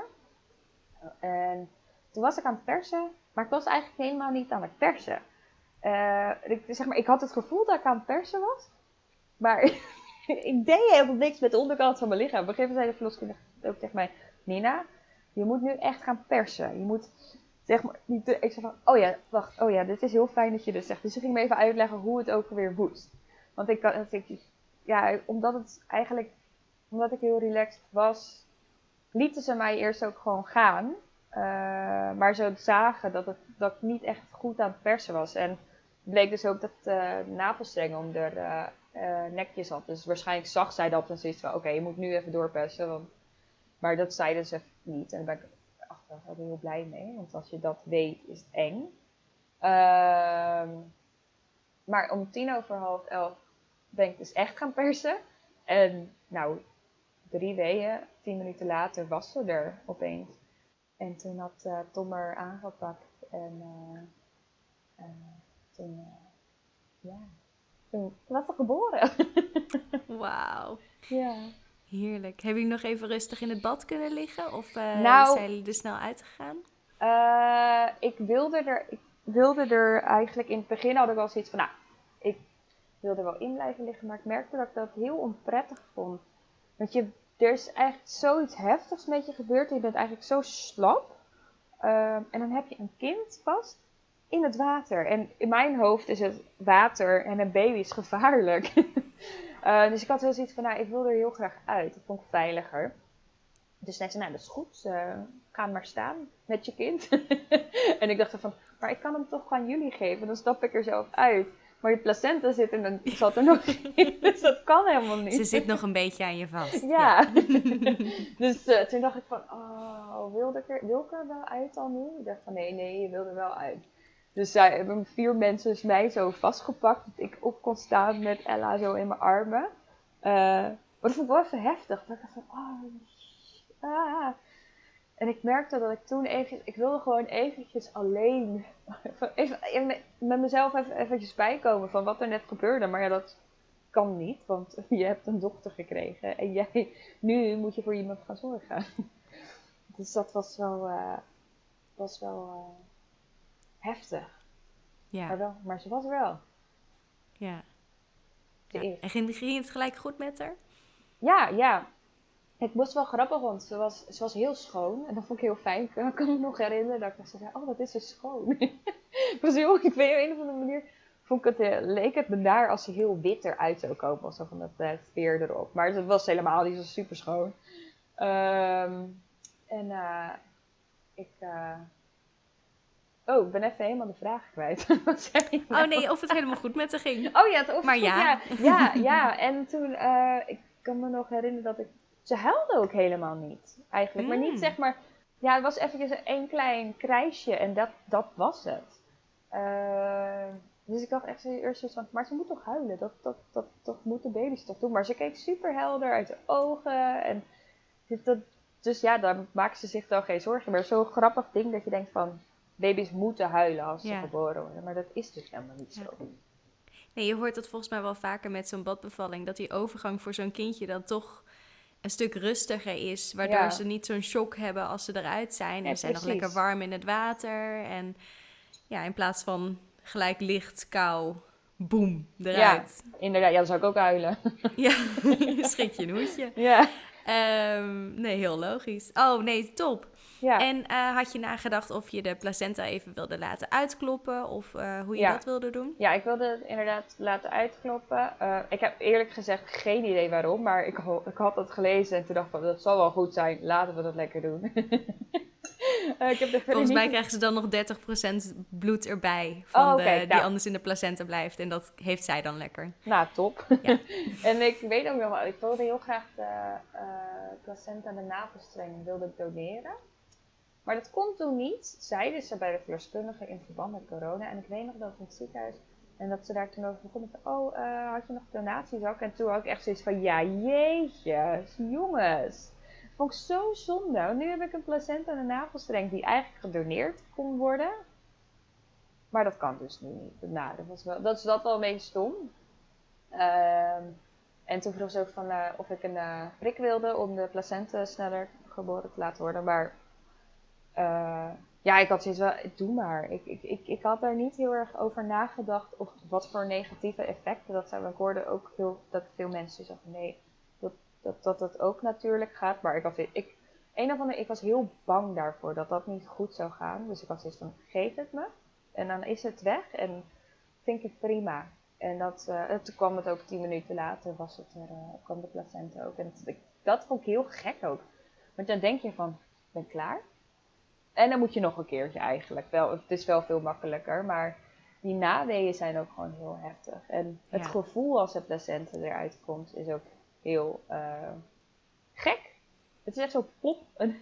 En toen was ik aan het persen, maar ik was eigenlijk helemaal niet aan het persen. Uh, ik, zeg maar, ik had het gevoel dat ik aan het persen was, maar ik deed helemaal niks met de onderkant van mijn lichaam. Op een gegeven moment zei de verloskundige ook tegen mij, Nina, je moet nu echt gaan persen. Je moet, zeg maar, niet te, ik zei van, oh ja, wacht, oh ja, dit is heel fijn dat je dit zegt. Dus ze ging me even uitleggen hoe het ook weer moest. Want ik kan, ik, ja, omdat het eigenlijk, omdat ik heel relaxed was, lieten ze mij eerst ook gewoon gaan. Uh, maar ze zagen dat, het, dat ik niet echt goed aan het persen was. En bleek dus ook dat uh, de navelstreng om de uh, uh, nekjes had. Dus waarschijnlijk zag zij dat en zoiets van, oké, okay, je moet nu even doorpersen. Want... Maar dat zeiden ze niet. En daar ben ik achteraf wel heel blij mee. Want als je dat weet, is het eng. Uh, maar om tien over half elf ben ik dus echt gaan persen. En nou, drie weeën, tien minuten later was ze er opeens. En toen had uh, Tom er aangepakt. En uh, uh, toen, uh, ja, toen was ze geboren. Wauw. Ja. Heerlijk. Heb je nog even rustig in het bad kunnen liggen? Of uh, nou, zijn jullie er snel uitgegaan? Uh, ik, wilde er, ik wilde er eigenlijk in het begin had ik wel zoiets van, nou, ik wilde er wel in blijven liggen. Maar ik merkte dat ik dat heel onprettig vond. Want je, er is eigenlijk zoiets heftigs met je gebeurd. En je bent eigenlijk zo slap. Uh, en dan heb je een kind vast in het water. En in mijn hoofd is het water en een baby is gevaarlijk. uh, dus ik had wel zoiets van, nou, ik wil er heel graag uit. Dat vond ik veiliger. Dus zei ze, nou, dat is goed. Uh, ga maar staan met je kind. En ik dacht van, maar ik kan hem toch aan jullie geven. Dan stap ik er zelf uit. Maar je placenta zit en dan zat er nog in. Dus dat kan helemaal niet. Ze zit nog een beetje aan je vast. Ja. ja. Dus uh, toen dacht ik van, oh, wilde ik er, wil ik er wel uit al nu? Ik dacht van, nee, nee, je wilde er wel uit. Dus zij uh, hebben vier mensen mij zo vastgepakt. Dat ik op kon staan met Ella zo in mijn armen. Uh, maar dat vond ik wel even heftig. Dat ik dacht van, oh, ah. En ik merkte dat ik toen even, ik wilde gewoon eventjes alleen, even, even met mezelf even eventjes bijkomen van wat er net gebeurde. Maar ja, dat kan niet, want je hebt een dochter gekregen en jij, nu moet je voor iemand gaan zorgen. Dus dat was wel, uh, was wel uh, heftig. Ja. Maar, wel, maar ze was er wel. Ja. ja. En ging, ging het gelijk goed met haar? Ja, ja. Het was wel grappig, want ze was, ze was heel schoon. En dat vond ik heel fijn. Ik kan me nog herinneren dat ik zei, oh, wat is ze schoon. Ik was heel, ik weet op een of andere manier, vond ik het, leek het me daar als ze heel wit eruit zou komen. Of zo van dat uh, veer erop. Maar het was helemaal, die was super schoon. Um, en uh, ik... Uh... Oh, ik ben even helemaal de vraag kwijt. Wat zei je nou? Oh nee, of het helemaal goed met haar ging. Oh ja, het, of maar goed, ja. ja. Ja, ja. En toen, uh, ik kan me nog herinneren dat ik... Ze huilde ook helemaal niet, eigenlijk. Mm. Maar niet zeg maar... Ja, het was eventjes een klein krijsje en dat, dat was het. Uh, dus ik dacht echt eerst zoiets van... Maar ze moet toch huilen? Dat, dat, dat, dat moeten baby's toch doen? Maar ze keek super helder uit de ogen. En dat, dus ja, daar maakte ze zich dan geen zorgen. Maar zo'n grappig ding dat je denkt van... Baby's moeten huilen als ze ja. geboren worden. Maar dat is dus helemaal niet ja. zo. Nee, je hoort dat volgens mij wel vaker met zo'n badbevalling. Dat die overgang voor zo'n kindje dan toch een stuk rustiger is. Waardoor ja. ze niet zo'n shock hebben als ze eruit zijn. Ja, en ze zijn nog lekker warm in het water. En ja, in plaats van gelijk licht, kou, boem, eruit. Ja, inderdaad. Ja, dan zou ik ook huilen. Ja, schrik je een hoedje. Ja. Um, nee, heel logisch. Oh, nee, top. Ja. En uh, had je nagedacht of je de placenta even wilde laten uitkloppen of uh, hoe je ja. dat wilde doen? Ja, ik wilde het inderdaad laten uitkloppen. Uh, ik heb eerlijk gezegd geen idee waarom, maar ik, ik had dat gelezen en toen dacht ik, dat zal wel goed zijn, laten we dat lekker doen. uh, ik heb er Volgens mij niet... krijgen ze dan nog dertig procent bloed erbij van oh, okay, de, nou. die anders in de placenta blijft en dat heeft zij dan lekker. Nou, top. Ja. En ik weet ook nog wel, ik wilde heel graag de uh, placenta en de navelstreng wilde ik doneren. Maar dat kon toen niet, zeiden ze bij de verloskundige in verband met corona. En ik weet nog dat in het ziekenhuis, en dat ze daar toen over begonnen van, oh, uh, had je nog donatiezak? En toen had ik echt zoiets van, ja, jeetje, jongens. Dat vond ik zo zonde. Nu heb ik een placenta en een navelstreng die eigenlijk gedoneerd kon worden. Maar dat kan dus nu niet. Nou, dat, was wel, dat is dat wel een beetje stom. Uh, en toen vroeg ze ook van, uh, of ik een uh, prik wilde om de placenta sneller geboren te laten worden. Maar... Uh, Ja, ik had zoiets wel, doe maar. Ik, ik, ik, ik had daar niet heel erg over nagedacht of wat voor negatieve effecten dat zou. Ik hoorde ook heel, dat veel mensen zeggen, nee, dat dat, dat dat ook natuurlijk gaat. Maar ik had ik, een of andere, ik was heel bang daarvoor dat dat niet goed zou gaan. Dus ik had zoiets van, geef het me. En dan is het weg en vind ik het prima. En dat, uh, toen kwam het ook tien minuten later, was het er, uh, kwam de placenta ook. En dat, dat vond ik heel gek ook. Want dan denk je van, ik ben klaar. En dan moet je nog een keertje eigenlijk. Wel, het is wel veel makkelijker, maar die naweeën zijn ook gewoon heel heftig. En het Ja. gevoel als de placenta eruit komt is ook heel uh, gek. Het is echt zo plop.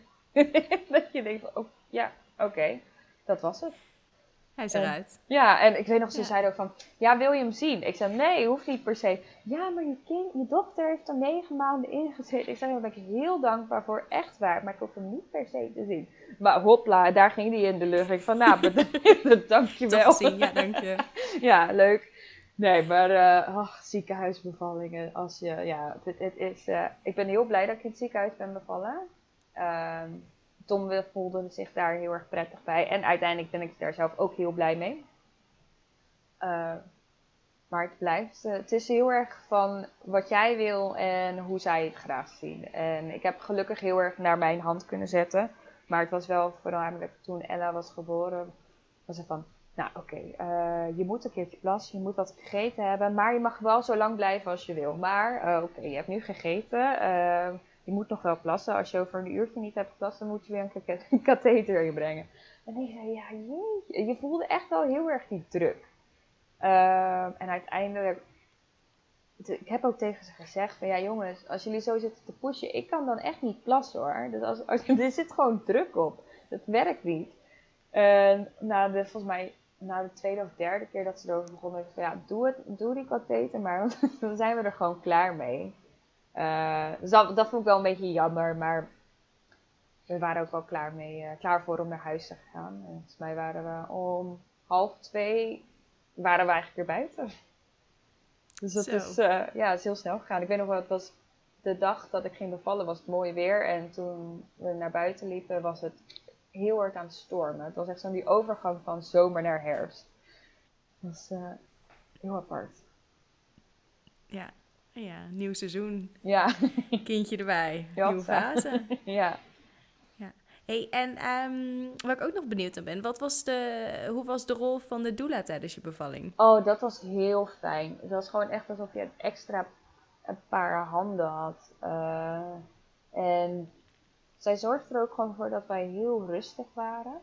Dat je denkt van, oh, ja, oké, okay, dat was het. Hij is en, eruit. Ja, en ik weet nog, ze Ja. zeiden ook van, ja, wil je hem zien? Ik zei, nee, hoeft niet per se. Ja, maar je, kind, je dochter heeft er negen maanden in gezeten. Ik zei, daar ben ik heel dankbaar voor, echt waar. Maar ik hoef hem niet per se te zien. Maar hopla, daar ging die in de lucht. Ik van, nou, bedankt, dankjewel. Toch gezien, ja, dank je. Ja, leuk. Nee, maar uh, oh, ziekenhuisbevallingen, als je, ja, het, het is, uh, ik ben heel blij dat ik in het ziekenhuis ben bevallen. Uh, Tom voelde zich daar heel erg prettig bij. En uiteindelijk ben ik daar zelf ook heel blij mee. Uh, maar het blijft, uh, het is heel erg van wat jij wil en hoe zij het graag zien. En ik heb gelukkig heel erg naar mijn hand kunnen zetten. Maar het was wel voornamelijk toen Ella was geboren, was het van, nou oké, okay, uh, je moet een keertje plassen, je moet wat gegeten hebben. Maar je mag wel zo lang blijven als je wil. Maar uh, oké, okay, je hebt nu gegeten, uh, je moet nog wel plassen. Als je over een uurtje niet hebt geplast, dan moet je weer een, k- een katheter inbrengen. En ik zei, ja jeetje, je voelde echt wel heel erg die druk. Uh, en uiteindelijk, ik heb ook tegen ze gezegd van ja jongens, als jullie zo zitten te pushen, ik kan dan echt niet plassen hoor. Dus als, als, er zit gewoon druk op. Dat werkt niet. En na de, volgens mij, na de tweede of derde keer dat ze erover begonnen, ik van ja, doe, het, doe die katheter maar, want dan zijn we er gewoon klaar mee. Uh, dus dat, dat vond ik wel een beetje jammer, maar we waren ook wel klaar mee, uh, klaar voor om naar huis te gaan. En volgens mij waren we om half twee, waren we eigenlijk weer buiten. Dus dat is, uh, ja, het is heel snel gegaan. Ik weet nog wel, het was de dag dat ik ging bevallen, was het mooi weer. En toen we naar buiten liepen, was het heel hard aan het stormen. Het was echt zo'n die overgang van zomer naar herfst. Dat was uh, heel apart. Ja, ja, nieuw seizoen. Ja. Kindje erbij. Jatsa. Nieuwe fase. Ja. Ja. Hey, en um, waar ik ook nog benieuwd naar ben, wat was de, hoe was de rol van de doula tijdens je bevalling? Oh, dat was heel fijn. Het was gewoon echt alsof je een extra een paar handen had. Uh, en zij zorgde er ook gewoon voor dat wij heel rustig waren.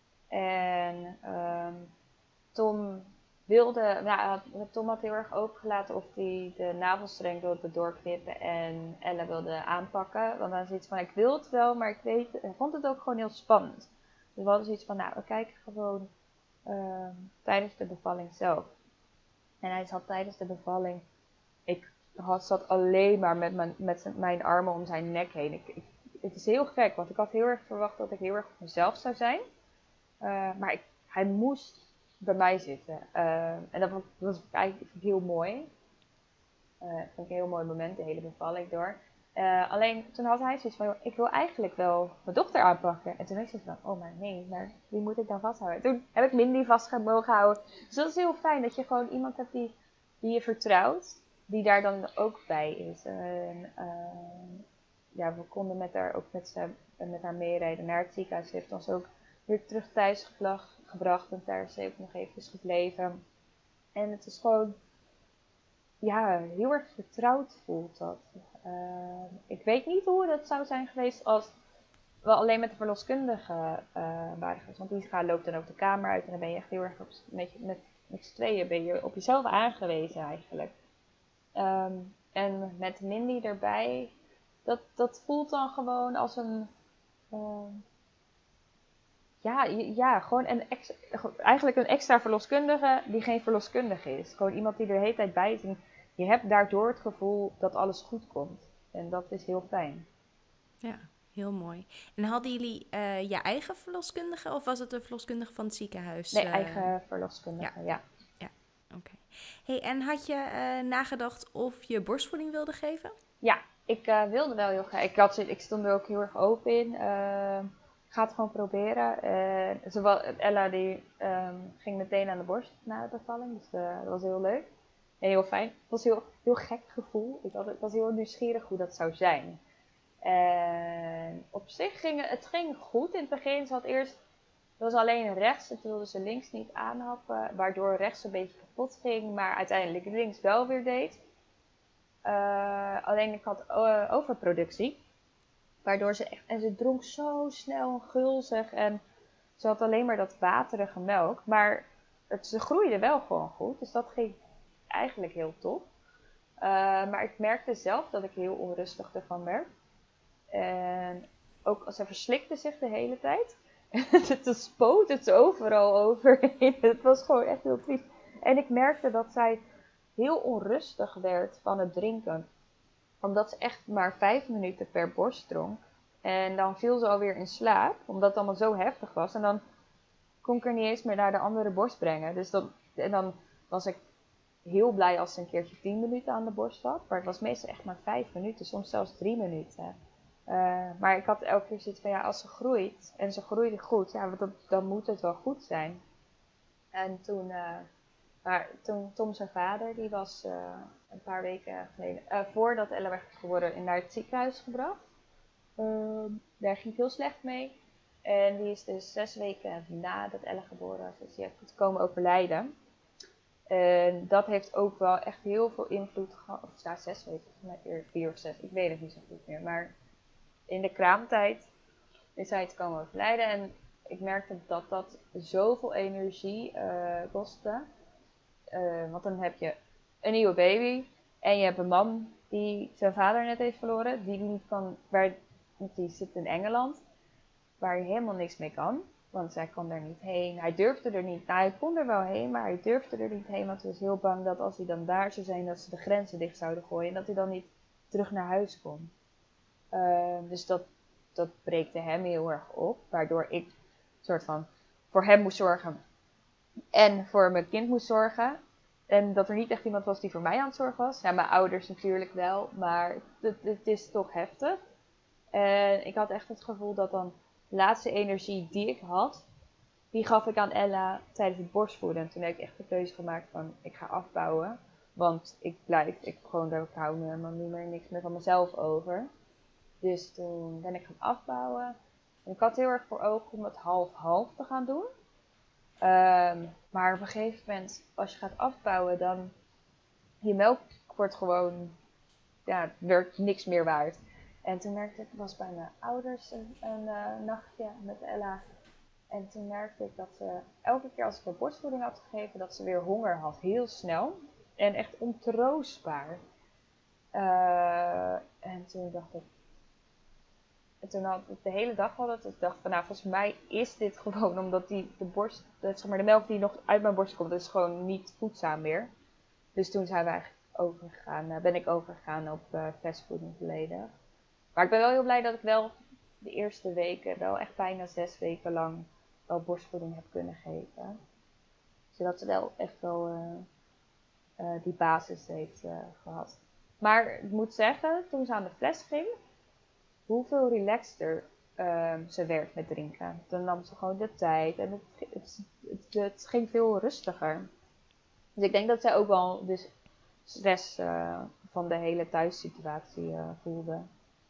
En um, Tom wilde, nou, Tom had heel erg opengelaten of hij de navelstreng wilde doorknippen en Ella wilde aanpakken. Want dan zoiets van, ik wil het wel, maar ik weet, ik vond het ook gewoon heel spannend. Dus we hadden zoiets van, nou, we kijken gewoon uh, tijdens de bevalling zelf. En hij zat tijdens de bevalling, ik had, zat alleen maar met mijn, met zijn, mijn armen om zijn nek heen. Ik, ik, het is heel gek, want ik had heel erg verwacht dat ik heel erg op mezelf zou zijn. Uh, maar ik, hij moest bij mij zitten. Uh, en dat was, dat was eigenlijk heel mooi. Uh, ik vond ik een heel mooi moment, de hele bevalling door. Uh, alleen toen had hij zoiets van, ik wil eigenlijk wel mijn dochter aanpakken. En toen dacht ik van, oh maar nee, maar wie moet ik dan vasthouden? Toen heb ik Mindy vast mogen houden. Dus dat is heel fijn, dat je gewoon iemand hebt die, die je vertrouwt. Die daar dan ook bij is. En, uh, ja, we konden met haar ook met, ze, met haar meerijden naar het ziekenhuis. Ze heeft ons ook weer terug thuis gebracht. gebracht en daar is ze ook nog even gebleven. En het is gewoon, ja, heel erg vertrouwd voelt dat. Uh, ik weet niet hoe dat zou zijn geweest als we alleen met de verloskundige uh, waren geweest. Want die gaat, loopt dan ook de kamer uit en dan ben je echt heel erg op, met, met, met z'n tweeën ben je op jezelf aangewezen eigenlijk. Um, en met Mindy erbij, dat, dat voelt dan gewoon als een... Uh, Ja, ja, gewoon een ex, eigenlijk een extra verloskundige die geen verloskundige is. Gewoon iemand die er de hele tijd bij is. En je hebt daardoor het gevoel dat alles goed komt. En dat is heel fijn. Ja, heel mooi. En hadden jullie uh, je eigen verloskundige of was het een verloskundige van het ziekenhuis? Nee, uh... eigen verloskundige, ja. ja. Ja, oké. Okay. Hey, en had je uh, nagedacht of je borstvoeding wilde geven? Ja, ik uh, wilde wel heel graag. Ik, had, ik stond er ook heel erg open in. Uh, ga het gewoon proberen. En zowel, Ella die um, ging meteen aan de borst na de bevalling. Dus uh, dat was heel leuk. En heel fijn. Het was een heel, heel gek gevoel. Ik, had, ik was heel nieuwsgierig hoe dat zou zijn. En op zich ging het ging goed. In het begin ze had eerst, het was alleen rechts. En toen wilde ze links niet aanhappen. Waardoor rechts een beetje kapot ging. Maar uiteindelijk links wel weer deed. Uh, alleen ik had uh, overproductie. Waardoor ze echt, en ze dronk zo snel en gulzig. En ze had alleen maar dat waterige melk. Maar het, ze groeide wel gewoon goed. Dus dat ging eigenlijk heel tof. Uh, maar ik merkte zelf dat ik heel onrustig ervan werd. En ook als ze verslikte zich de hele tijd. En toen spoot het overal overheen. Het was gewoon echt heel triest. En ik merkte dat zij heel onrustig werd van het drinken. Omdat ze echt maar vijf minuten per borst dronk. En dan viel ze alweer in slaap. Omdat het allemaal zo heftig was. En dan kon ik er niet eens meer naar de andere borst brengen. Dus dan, en dan was ik heel blij als ze een keertje tien minuten aan de borst had. Maar het was meestal echt maar vijf minuten. Soms zelfs drie minuten. Uh, maar ik had elke keer zoiets van, ja, als ze groeit. En ze groeide goed. Ja, dan, dan moet het wel goed zijn. En toen... Uh, Maar toen Tom zijn vader, die was uh, een paar weken geleden, uh, voordat Ella werd geboren, naar het ziekenhuis gebracht. Uh, daar ging het heel slecht mee. En die is dus zes weken nadat Ella geboren was, dus die heeft het komen overlijden. En dat heeft ook wel echt heel veel invloed gehad. Of ja, zes weken, vier, vier of zes, ik weet het niet zo goed meer. Maar in de kraamtijd is hij te komen overlijden. En ik merkte dat dat zoveel energie uh, kostte. Uh, want dan heb je een nieuwe baby en je hebt een man die zijn vader net heeft verloren, die niet kan, waar, die zit in Engeland, waar hij helemaal niks mee kan, want zij kon er niet heen. Hij durfde er niet, nou hij kon er wel heen, maar hij durfde er niet heen, want hij was heel bang dat als hij dan daar zou zijn, dat ze de grenzen dicht zouden gooien en dat hij dan niet terug naar huis kon. Uh, dus dat, dat breekte hem heel erg op, waardoor ik soort van voor hem moest zorgen en voor mijn kind moest zorgen. En dat er niet echt iemand was die voor mij aan het zorgen was. Ja, mijn ouders natuurlijk wel, maar het, het is toch heftig. En ik had echt het gevoel dat dan de laatste energie die ik had, die gaf ik aan Ella tijdens het borstvoeden. En toen heb ik echt de keuze gemaakt van, ik ga afbouwen. Want ik blijf, ik gewoon, ik hou me helemaal niet meer niks meer van mezelf over. Dus toen ben ik gaan afbouwen. En ik had heel erg voor ogen om het half-half te gaan doen. Um, maar op een gegeven moment, als je gaat afbouwen, dan je melk wordt gewoon, ja, het werd niks meer waard. En toen merkte ik, ik was bij mijn ouders een, een uh, nachtje met Ella. En toen merkte ik dat ze elke keer als ik haar borstvoeding had gegeven, dat ze weer honger had, heel snel. En echt ontroostbaar. Uh, en toen dacht ik, en toen had ik de hele dag al dat ik dacht van, nou, volgens mij is dit gewoon omdat die, de borst, de, zeg maar, de melk die nog uit mijn borst komt, is gewoon niet voedzaam meer. Dus toen zijn we eigenlijk overgegaan, uh, ben ik overgegaan op uh, fastfooding volledig. Maar ik ben wel heel blij dat ik wel de eerste weken, wel echt bijna zes weken lang, wel borstvoeding heb kunnen geven. Zodat ze wel echt wel uh, uh, die basis heeft uh, gehad. Maar ik moet zeggen, toen ze aan de fles ging, hoeveel relaxter uh, ze werd met drinken. Dan nam ze gewoon de tijd en het, het, het, het ging veel rustiger. Dus ik denk dat zij ook wel de stress uh, van de hele thuissituatie uh, voelde.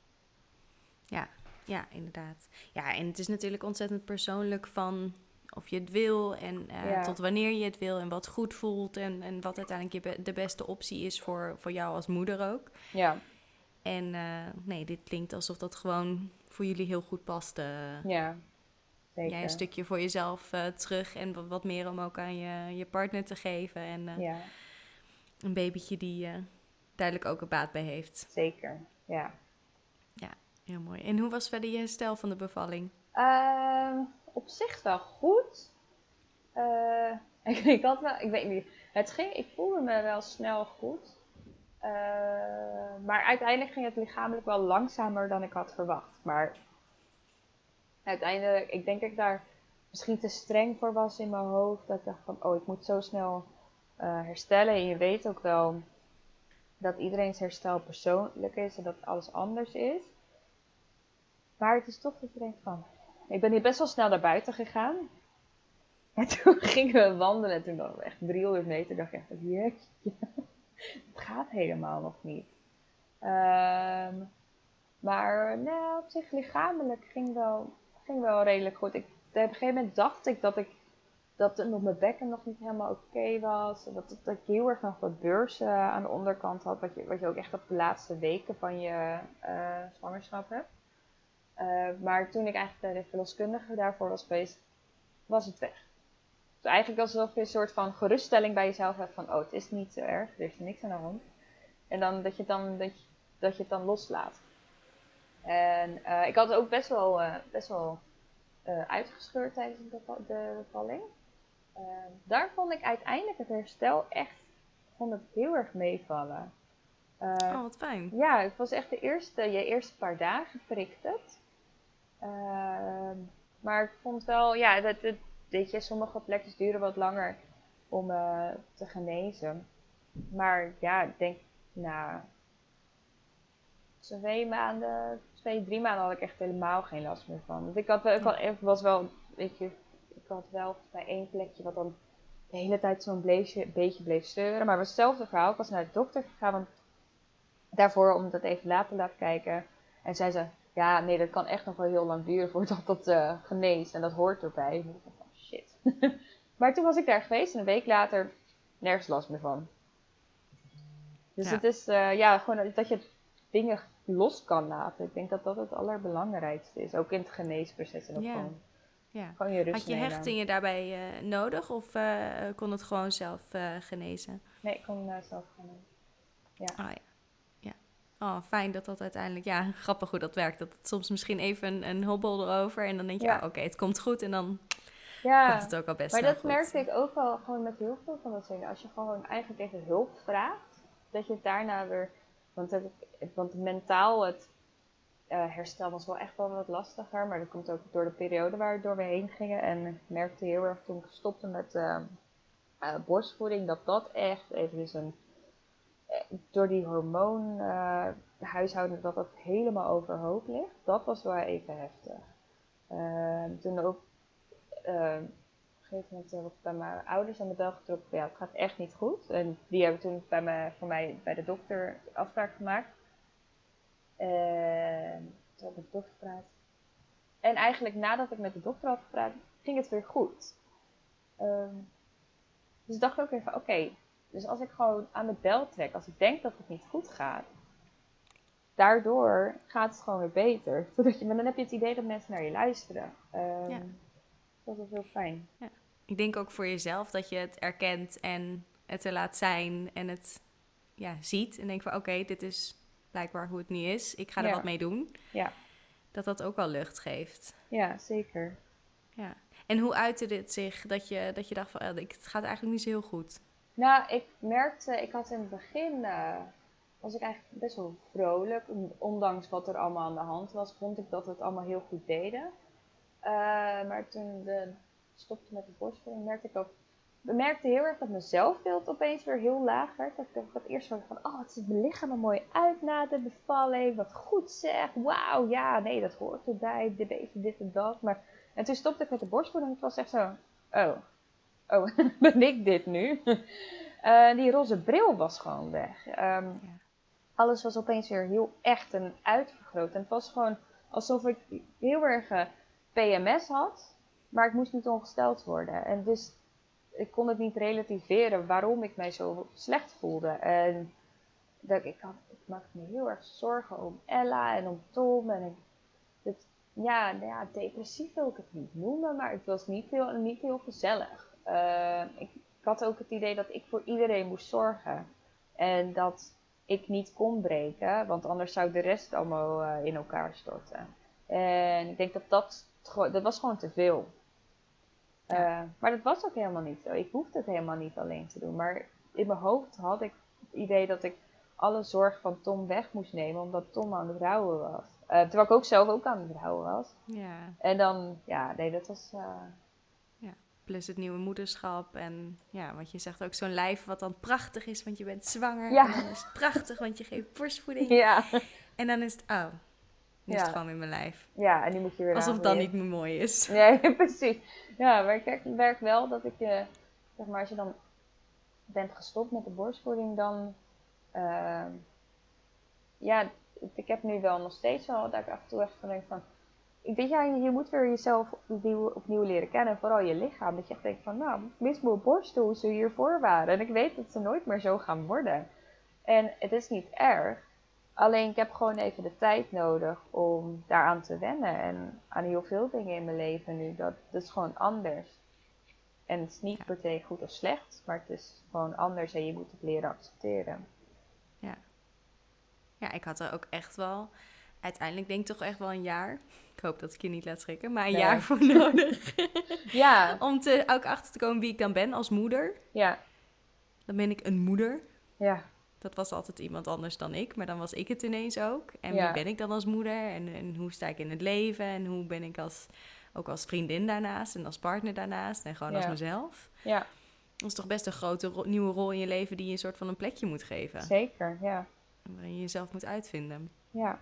Ja, ja, inderdaad. Ja, en het is natuurlijk ontzettend persoonlijk van of je het wil en uh, ja. tot wanneer je het wil en wat goed voelt en, en wat uiteindelijk je be- de beste optie is voor, voor jou als moeder ook. Ja. En uh, nee, dit klinkt alsof dat gewoon voor jullie heel goed past. Uh, ja, zeker. Jij een stukje voor jezelf uh, terug en wat, wat meer om ook aan je, je partner te geven. En uh, ja. een babytje die uh, duidelijk ook een baat bij heeft. Zeker, ja. Ja, heel mooi. En hoe was verder je herstel van de bevalling? Uh, op zich wel goed. Uh, ik, ik had wel, ik weet niet, het ging, ik voelde me wel snel goed. Uh, maar uiteindelijk ging het lichamelijk wel langzamer dan ik had verwacht. Maar uiteindelijk, ik denk dat ik daar misschien te streng voor was in mijn hoofd. Dat ik dacht van, oh, ik moet zo snel uh, herstellen. En je weet ook wel dat iedereen's herstel persoonlijk is en dat alles anders is. Maar het is toch dat je denkt van, Ik ben hier best wel snel naar buiten gegaan. En toen gingen we wandelen. En toen dacht ik echt driehonderd meter. dacht ik echt, jeetje, het gaat helemaal nog niet. Um, maar nou, op zich lichamelijk ging wel, ging wel redelijk goed. Ik, op een gegeven moment dacht ik dat ik dat het nog mijn bekken nog niet helemaal oké okay was. En dat, dat ik heel erg nog wat beurs uh, aan de onderkant had. Wat je, wat je ook echt op de laatste weken van je uh, zwangerschap hebt. Uh, maar toen ik eigenlijk bij de verloskundige daarvoor was geweest, was het weg. Dus eigenlijk alsof je een soort van geruststelling bij jezelf hebt van, oh, het is niet zo erg, er is niks aan de hand. En dan dat je het dan, dat je, dat je het dan loslaat. En uh, ik had het ook best wel, uh, best wel uh, uitgescheurd tijdens de, de bevalling. Uh, daar vond ik uiteindelijk het herstel echt, vond het heel erg meevallen. Uh, oh, wat fijn. Ja, het was echt de eerste, je eerste paar dagen prikt het. Uh, maar ik vond wel, ja, dat, dat, weet je, sommige plekjes duren wat langer om uh, te genezen. Maar ja, ik denk, nou, twee maanden, twee, drie maanden had ik echt helemaal geen last meer van. Want ik had, ik had, was wel, weet je, ik had wel bij één plekje wat dan de hele tijd zo'n bleefje, beetje bleef steuren. Maar het was hetzelfde verhaal. Ik was naar de dokter gegaan, want daarvoor om dat even laten laten kijken. En zei ze, ja, nee, dat kan echt nog wel heel lang duren voordat dat uh, geneest. En dat hoort erbij. En ik dacht, oh shit. Maar toen was ik daar geweest en een week later nergens last meer van. Dus ja. Het is, uh, ja, gewoon dat je dingen los kan laten. Ik denk dat dat het allerbelangrijkste is. Ook in het geneesproces. En ook ja. gewoon, ja. gewoon je rust Had je nemen. hechtingen daarbij uh, nodig of uh, kon het gewoon zelf uh, genezen? Nee, ik kon uh, zelf genezen. Ja. Oh, ja. ja. Oh, fijn dat dat uiteindelijk... Ja, grappig hoe dat werkt. Dat het soms misschien even een, een hobbel erover en dan denk je, ja. oh, oké, okay, het komt goed en dan ja. komt het ook al best maar snel dat goed. merkte ik ook wel gewoon met heel veel van dat dingen. Als je gewoon eigenlijk even hulp vraagt, dat je het daarna weer... Want, het, want mentaal, het uh, herstel was wel echt wel wat lastiger. Maar dat komt ook door de periode waar we door we heen gingen. En ik merkte heel erg toen ik stopte met uh, uh, borstvoeding, dat dat echt even is een... Door die hormoon uh, huishouden, dat dat helemaal overhoop ligt. Dat was wel even heftig. Uh, toen ook... Uh, op een gegeven moment heb ik bij mijn ouders aan de bel getrokken. Ja, het gaat echt niet goed. En die hebben toen bij me, voor mij bij de dokter afspraak gemaakt. En toen heb ik met de dokter gepraat. En eigenlijk nadat ik met de dokter had gepraat, ging het weer goed. Um, dus ik dacht ook even, oké. Okay, dus als ik gewoon aan de bel trek, als ik denk dat het niet goed gaat. Daardoor gaat het gewoon weer beter. Zodat je, maar dan heb je het idee dat mensen naar je luisteren. Um, ja. Dat is heel fijn. Ja. Ik denk ook voor jezelf dat je het erkent en het er laat zijn en het ja, ziet. En denkt van oké, okay, dit is blijkbaar hoe het nu is. Ik ga er ja. wat mee doen. Ja. Dat dat ook wel lucht geeft. Ja, zeker. Ja. En hoe uitte dit zich dat je, dat je dacht van oh, het gaat eigenlijk niet zo heel goed? Nou, ik merkte, ik had in het begin, uh, was ik eigenlijk best wel vrolijk. Ondanks wat er allemaal aan de hand was, vond ik dat we het allemaal heel goed deden. Uh, maar toen de stopte met de borstvoeding, merkte ik ook, ik merkte heel erg dat mijn zelfbeeld opeens weer heel laag werd. Dat ik het eerst van, oh, het ziet mijn lichaam er mooi uit na de bevalling, wat goed zeg, wauw, ja, nee, dat hoort erbij, dit, even dit en dat. Maar, en toen stopte ik met de borstvoeding, het was echt zo, oh, oh, ben ik dit nu? uh, die roze bril was gewoon weg. Um, ja. Alles was opeens weer heel echt en uitvergroot. En het was gewoon alsof ik heel erg uh, P M S had, maar ik moest niet ongesteld worden. En dus ik kon het niet relativeren waarom ik mij zo slecht voelde. En dat, ik, had, ik maakte me heel erg zorgen om Ella en om Tom. En ik, het, ja, nou ja, depressief wil ik het niet noemen, maar het was niet heel, niet heel gezellig. Uh, ik, ik had ook het idee dat ik voor iedereen moest zorgen. En dat ik niet kon breken, want anders zou de rest allemaal uh, in elkaar storten. En ik denk dat dat, dat was gewoon te veel. Ja. Uh, maar dat was ook helemaal niet zo. Ik hoefde het helemaal niet alleen te doen. Maar in mijn hoofd had ik het idee dat ik alle zorg van Tom weg moest nemen, omdat Tom aan het rouwen was. Uh, terwijl ik ook zelf ook aan het rouwen was. Ja. En dan, ja, nee, dat was... Uh... Ja, plus het nieuwe moederschap. En ja, want je zegt ook zo'n lijf wat dan prachtig is, want je bent zwanger. Ja. En dan is het prachtig, want je geeft borstvoeding. Ja. En dan is het, oh, Nu is het gewoon in mijn lijf. Ja, en die moet je weer alsof het dan niet meer mooi is. Nee, precies. Ja, maar ik merk wel dat ik, uh, zeg maar, als je dan bent gestopt met de borstvoeding, dan, uh, ja, ik heb nu wel nog steeds wel dat ik af en toe echt van denk van, ik denk, ja, je moet weer jezelf opnieuw, opnieuw leren kennen, vooral je lichaam. Dat je echt denkt van, nou, mis mijn borsten hoe ze hiervoor waren. En ik weet dat ze nooit meer zo gaan worden. En het is niet erg. Alleen ik heb gewoon even de tijd nodig om daaraan te wennen. En aan heel veel dingen in mijn leven nu. Dat, dat is gewoon anders. En het is niet per se goed of slecht. Maar het is gewoon anders en je moet het leren accepteren. Ja. Ja, ik had er ook echt wel... Uiteindelijk denk ik toch echt wel een jaar... Ik hoop dat ik je niet laat schrikken, maar een nee. jaar voor nodig. Ja. Om te, ook achter te komen wie ik dan ben als moeder. Ja. Dan ben ik een moeder. Ja. Dat was altijd iemand anders dan ik, maar dan was ik het ineens ook. En ja. wie ben ik dan als moeder? En, en hoe sta ik in het leven? En hoe ben ik als, ook als vriendin daarnaast en als partner daarnaast en gewoon ja. als mezelf? Ja. Dat is toch best een grote ro- nieuwe rol in je leven die je een soort van een plekje moet geven. Zeker, ja. Waarin je jezelf moet uitvinden. Ja.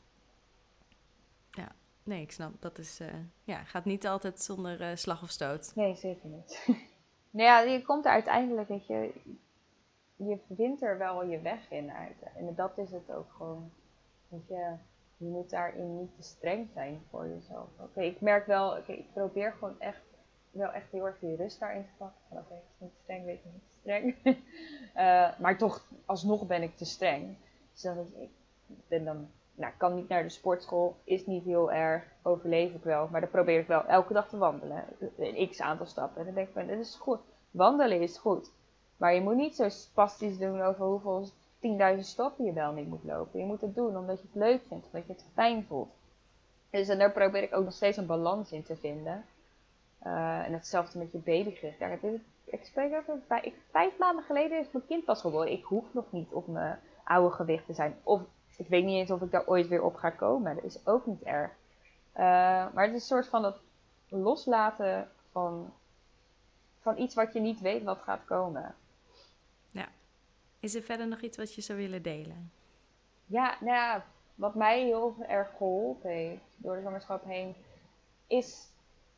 Ja, nee, ik snap. Dat is, uh, ja, gaat niet altijd zonder uh, slag of stoot. Nee, zeker niet. Nou ja, je komt er uiteindelijk, weet je, je vindt er wel je weg in uit. En dat is het ook gewoon. Weet je, je moet daarin niet te streng zijn voor jezelf. Oké, okay, ik merk wel, okay, ik probeer gewoon echt, wel echt heel erg die rust daarin te pakken. Oké, okay, het is niet te streng, weet je, niet te streng. uh, maar toch, alsnog ben ik te streng. Dus dan is ik, ben dan, nou, ik kan niet naar de sportschool, is niet heel erg, overleef ik wel. Maar dan probeer ik wel elke dag te wandelen. Een x aantal stappen. En dan denk ik van, dit is goed. Wandelen is goed. Maar je moet niet zo spastisch doen over hoeveel tienduizend stappen je wel niet moet lopen. Je moet het doen omdat je het leuk vindt, omdat je het fijn voelt. Dus en daar probeer ik ook nog steeds een balans in te vinden. Uh, en hetzelfde met je babygewicht. Ja, ik spreek over vijf, ik, vijf maanden geleden is mijn kind pas geboren. Ik hoef nog niet op mijn oude gewicht te zijn. Of ik weet niet eens of ik daar ooit weer op ga komen. Dat is ook niet erg. Uh, maar het is een soort van het loslaten van, van iets wat je niet weet wat gaat komen. Ja. Is er verder nog iets wat je zou willen delen? Ja, nou ja, wat mij heel erg geholpen heeft door de zwangerschap heen, is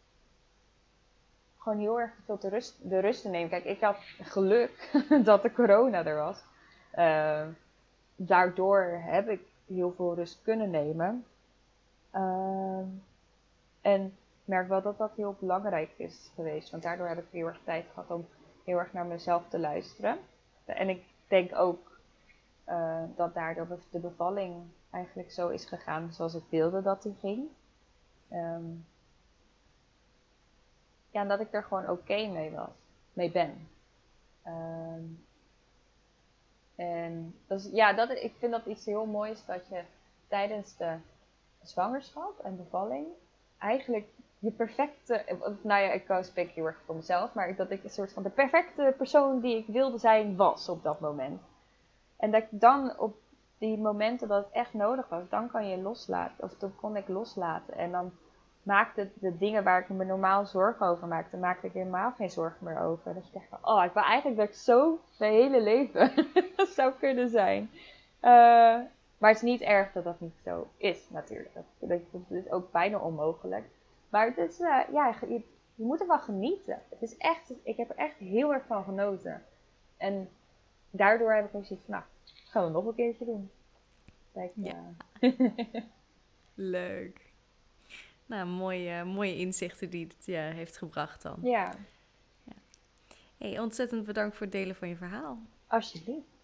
gewoon heel erg veel de rust, de rust te nemen. Kijk, ik had geluk dat de corona er was. Uh, daardoor heb ik heel veel rust kunnen nemen. Uh, en ik merk wel dat dat heel belangrijk is geweest. Want daardoor heb ik heel erg tijd gehad om heel erg naar mezelf te luisteren. En ik denk ook Uh, dat daardoor de bevalling eigenlijk zo is gegaan zoals ik wilde dat die ging. Um, ja, en dat ik er gewoon oké okay mee was, mee ben. Um, en dat is, ja, dat, ik vind dat iets heel moois dat je tijdens de zwangerschap en bevalling eigenlijk je perfecte, nou ja, ik spreek heel erg voor mezelf, maar dat ik een soort van de perfecte persoon die ik wilde zijn was op dat moment. En dat ik dan op die momenten dat het echt nodig was, dan kan je loslaten. Of dan kon ik loslaten. En dan maakte het de dingen waar ik me normaal zorgen over maakte, maakte ik helemaal geen zorgen meer over. Dat je denkt van, oh, ik wil eigenlijk dat ik zo mijn hele leven zou kunnen zijn. Uh, maar het is niet erg dat dat niet zo is, natuurlijk. Dat, dat, dat is ook bijna onmogelijk. Maar het is, uh, ja, je, je moet er wel genieten. Het is echt, ik heb er echt heel erg van genoten. En daardoor heb ik ook zoiets van, nou, gaan we nog een keertje doen. Kijk, ja. Uh... Leuk. Nou, mooie, mooie inzichten die het ja, heeft gebracht dan. Ja. ja. Hey, ontzettend bedankt voor het delen van je verhaal. Alsjeblieft.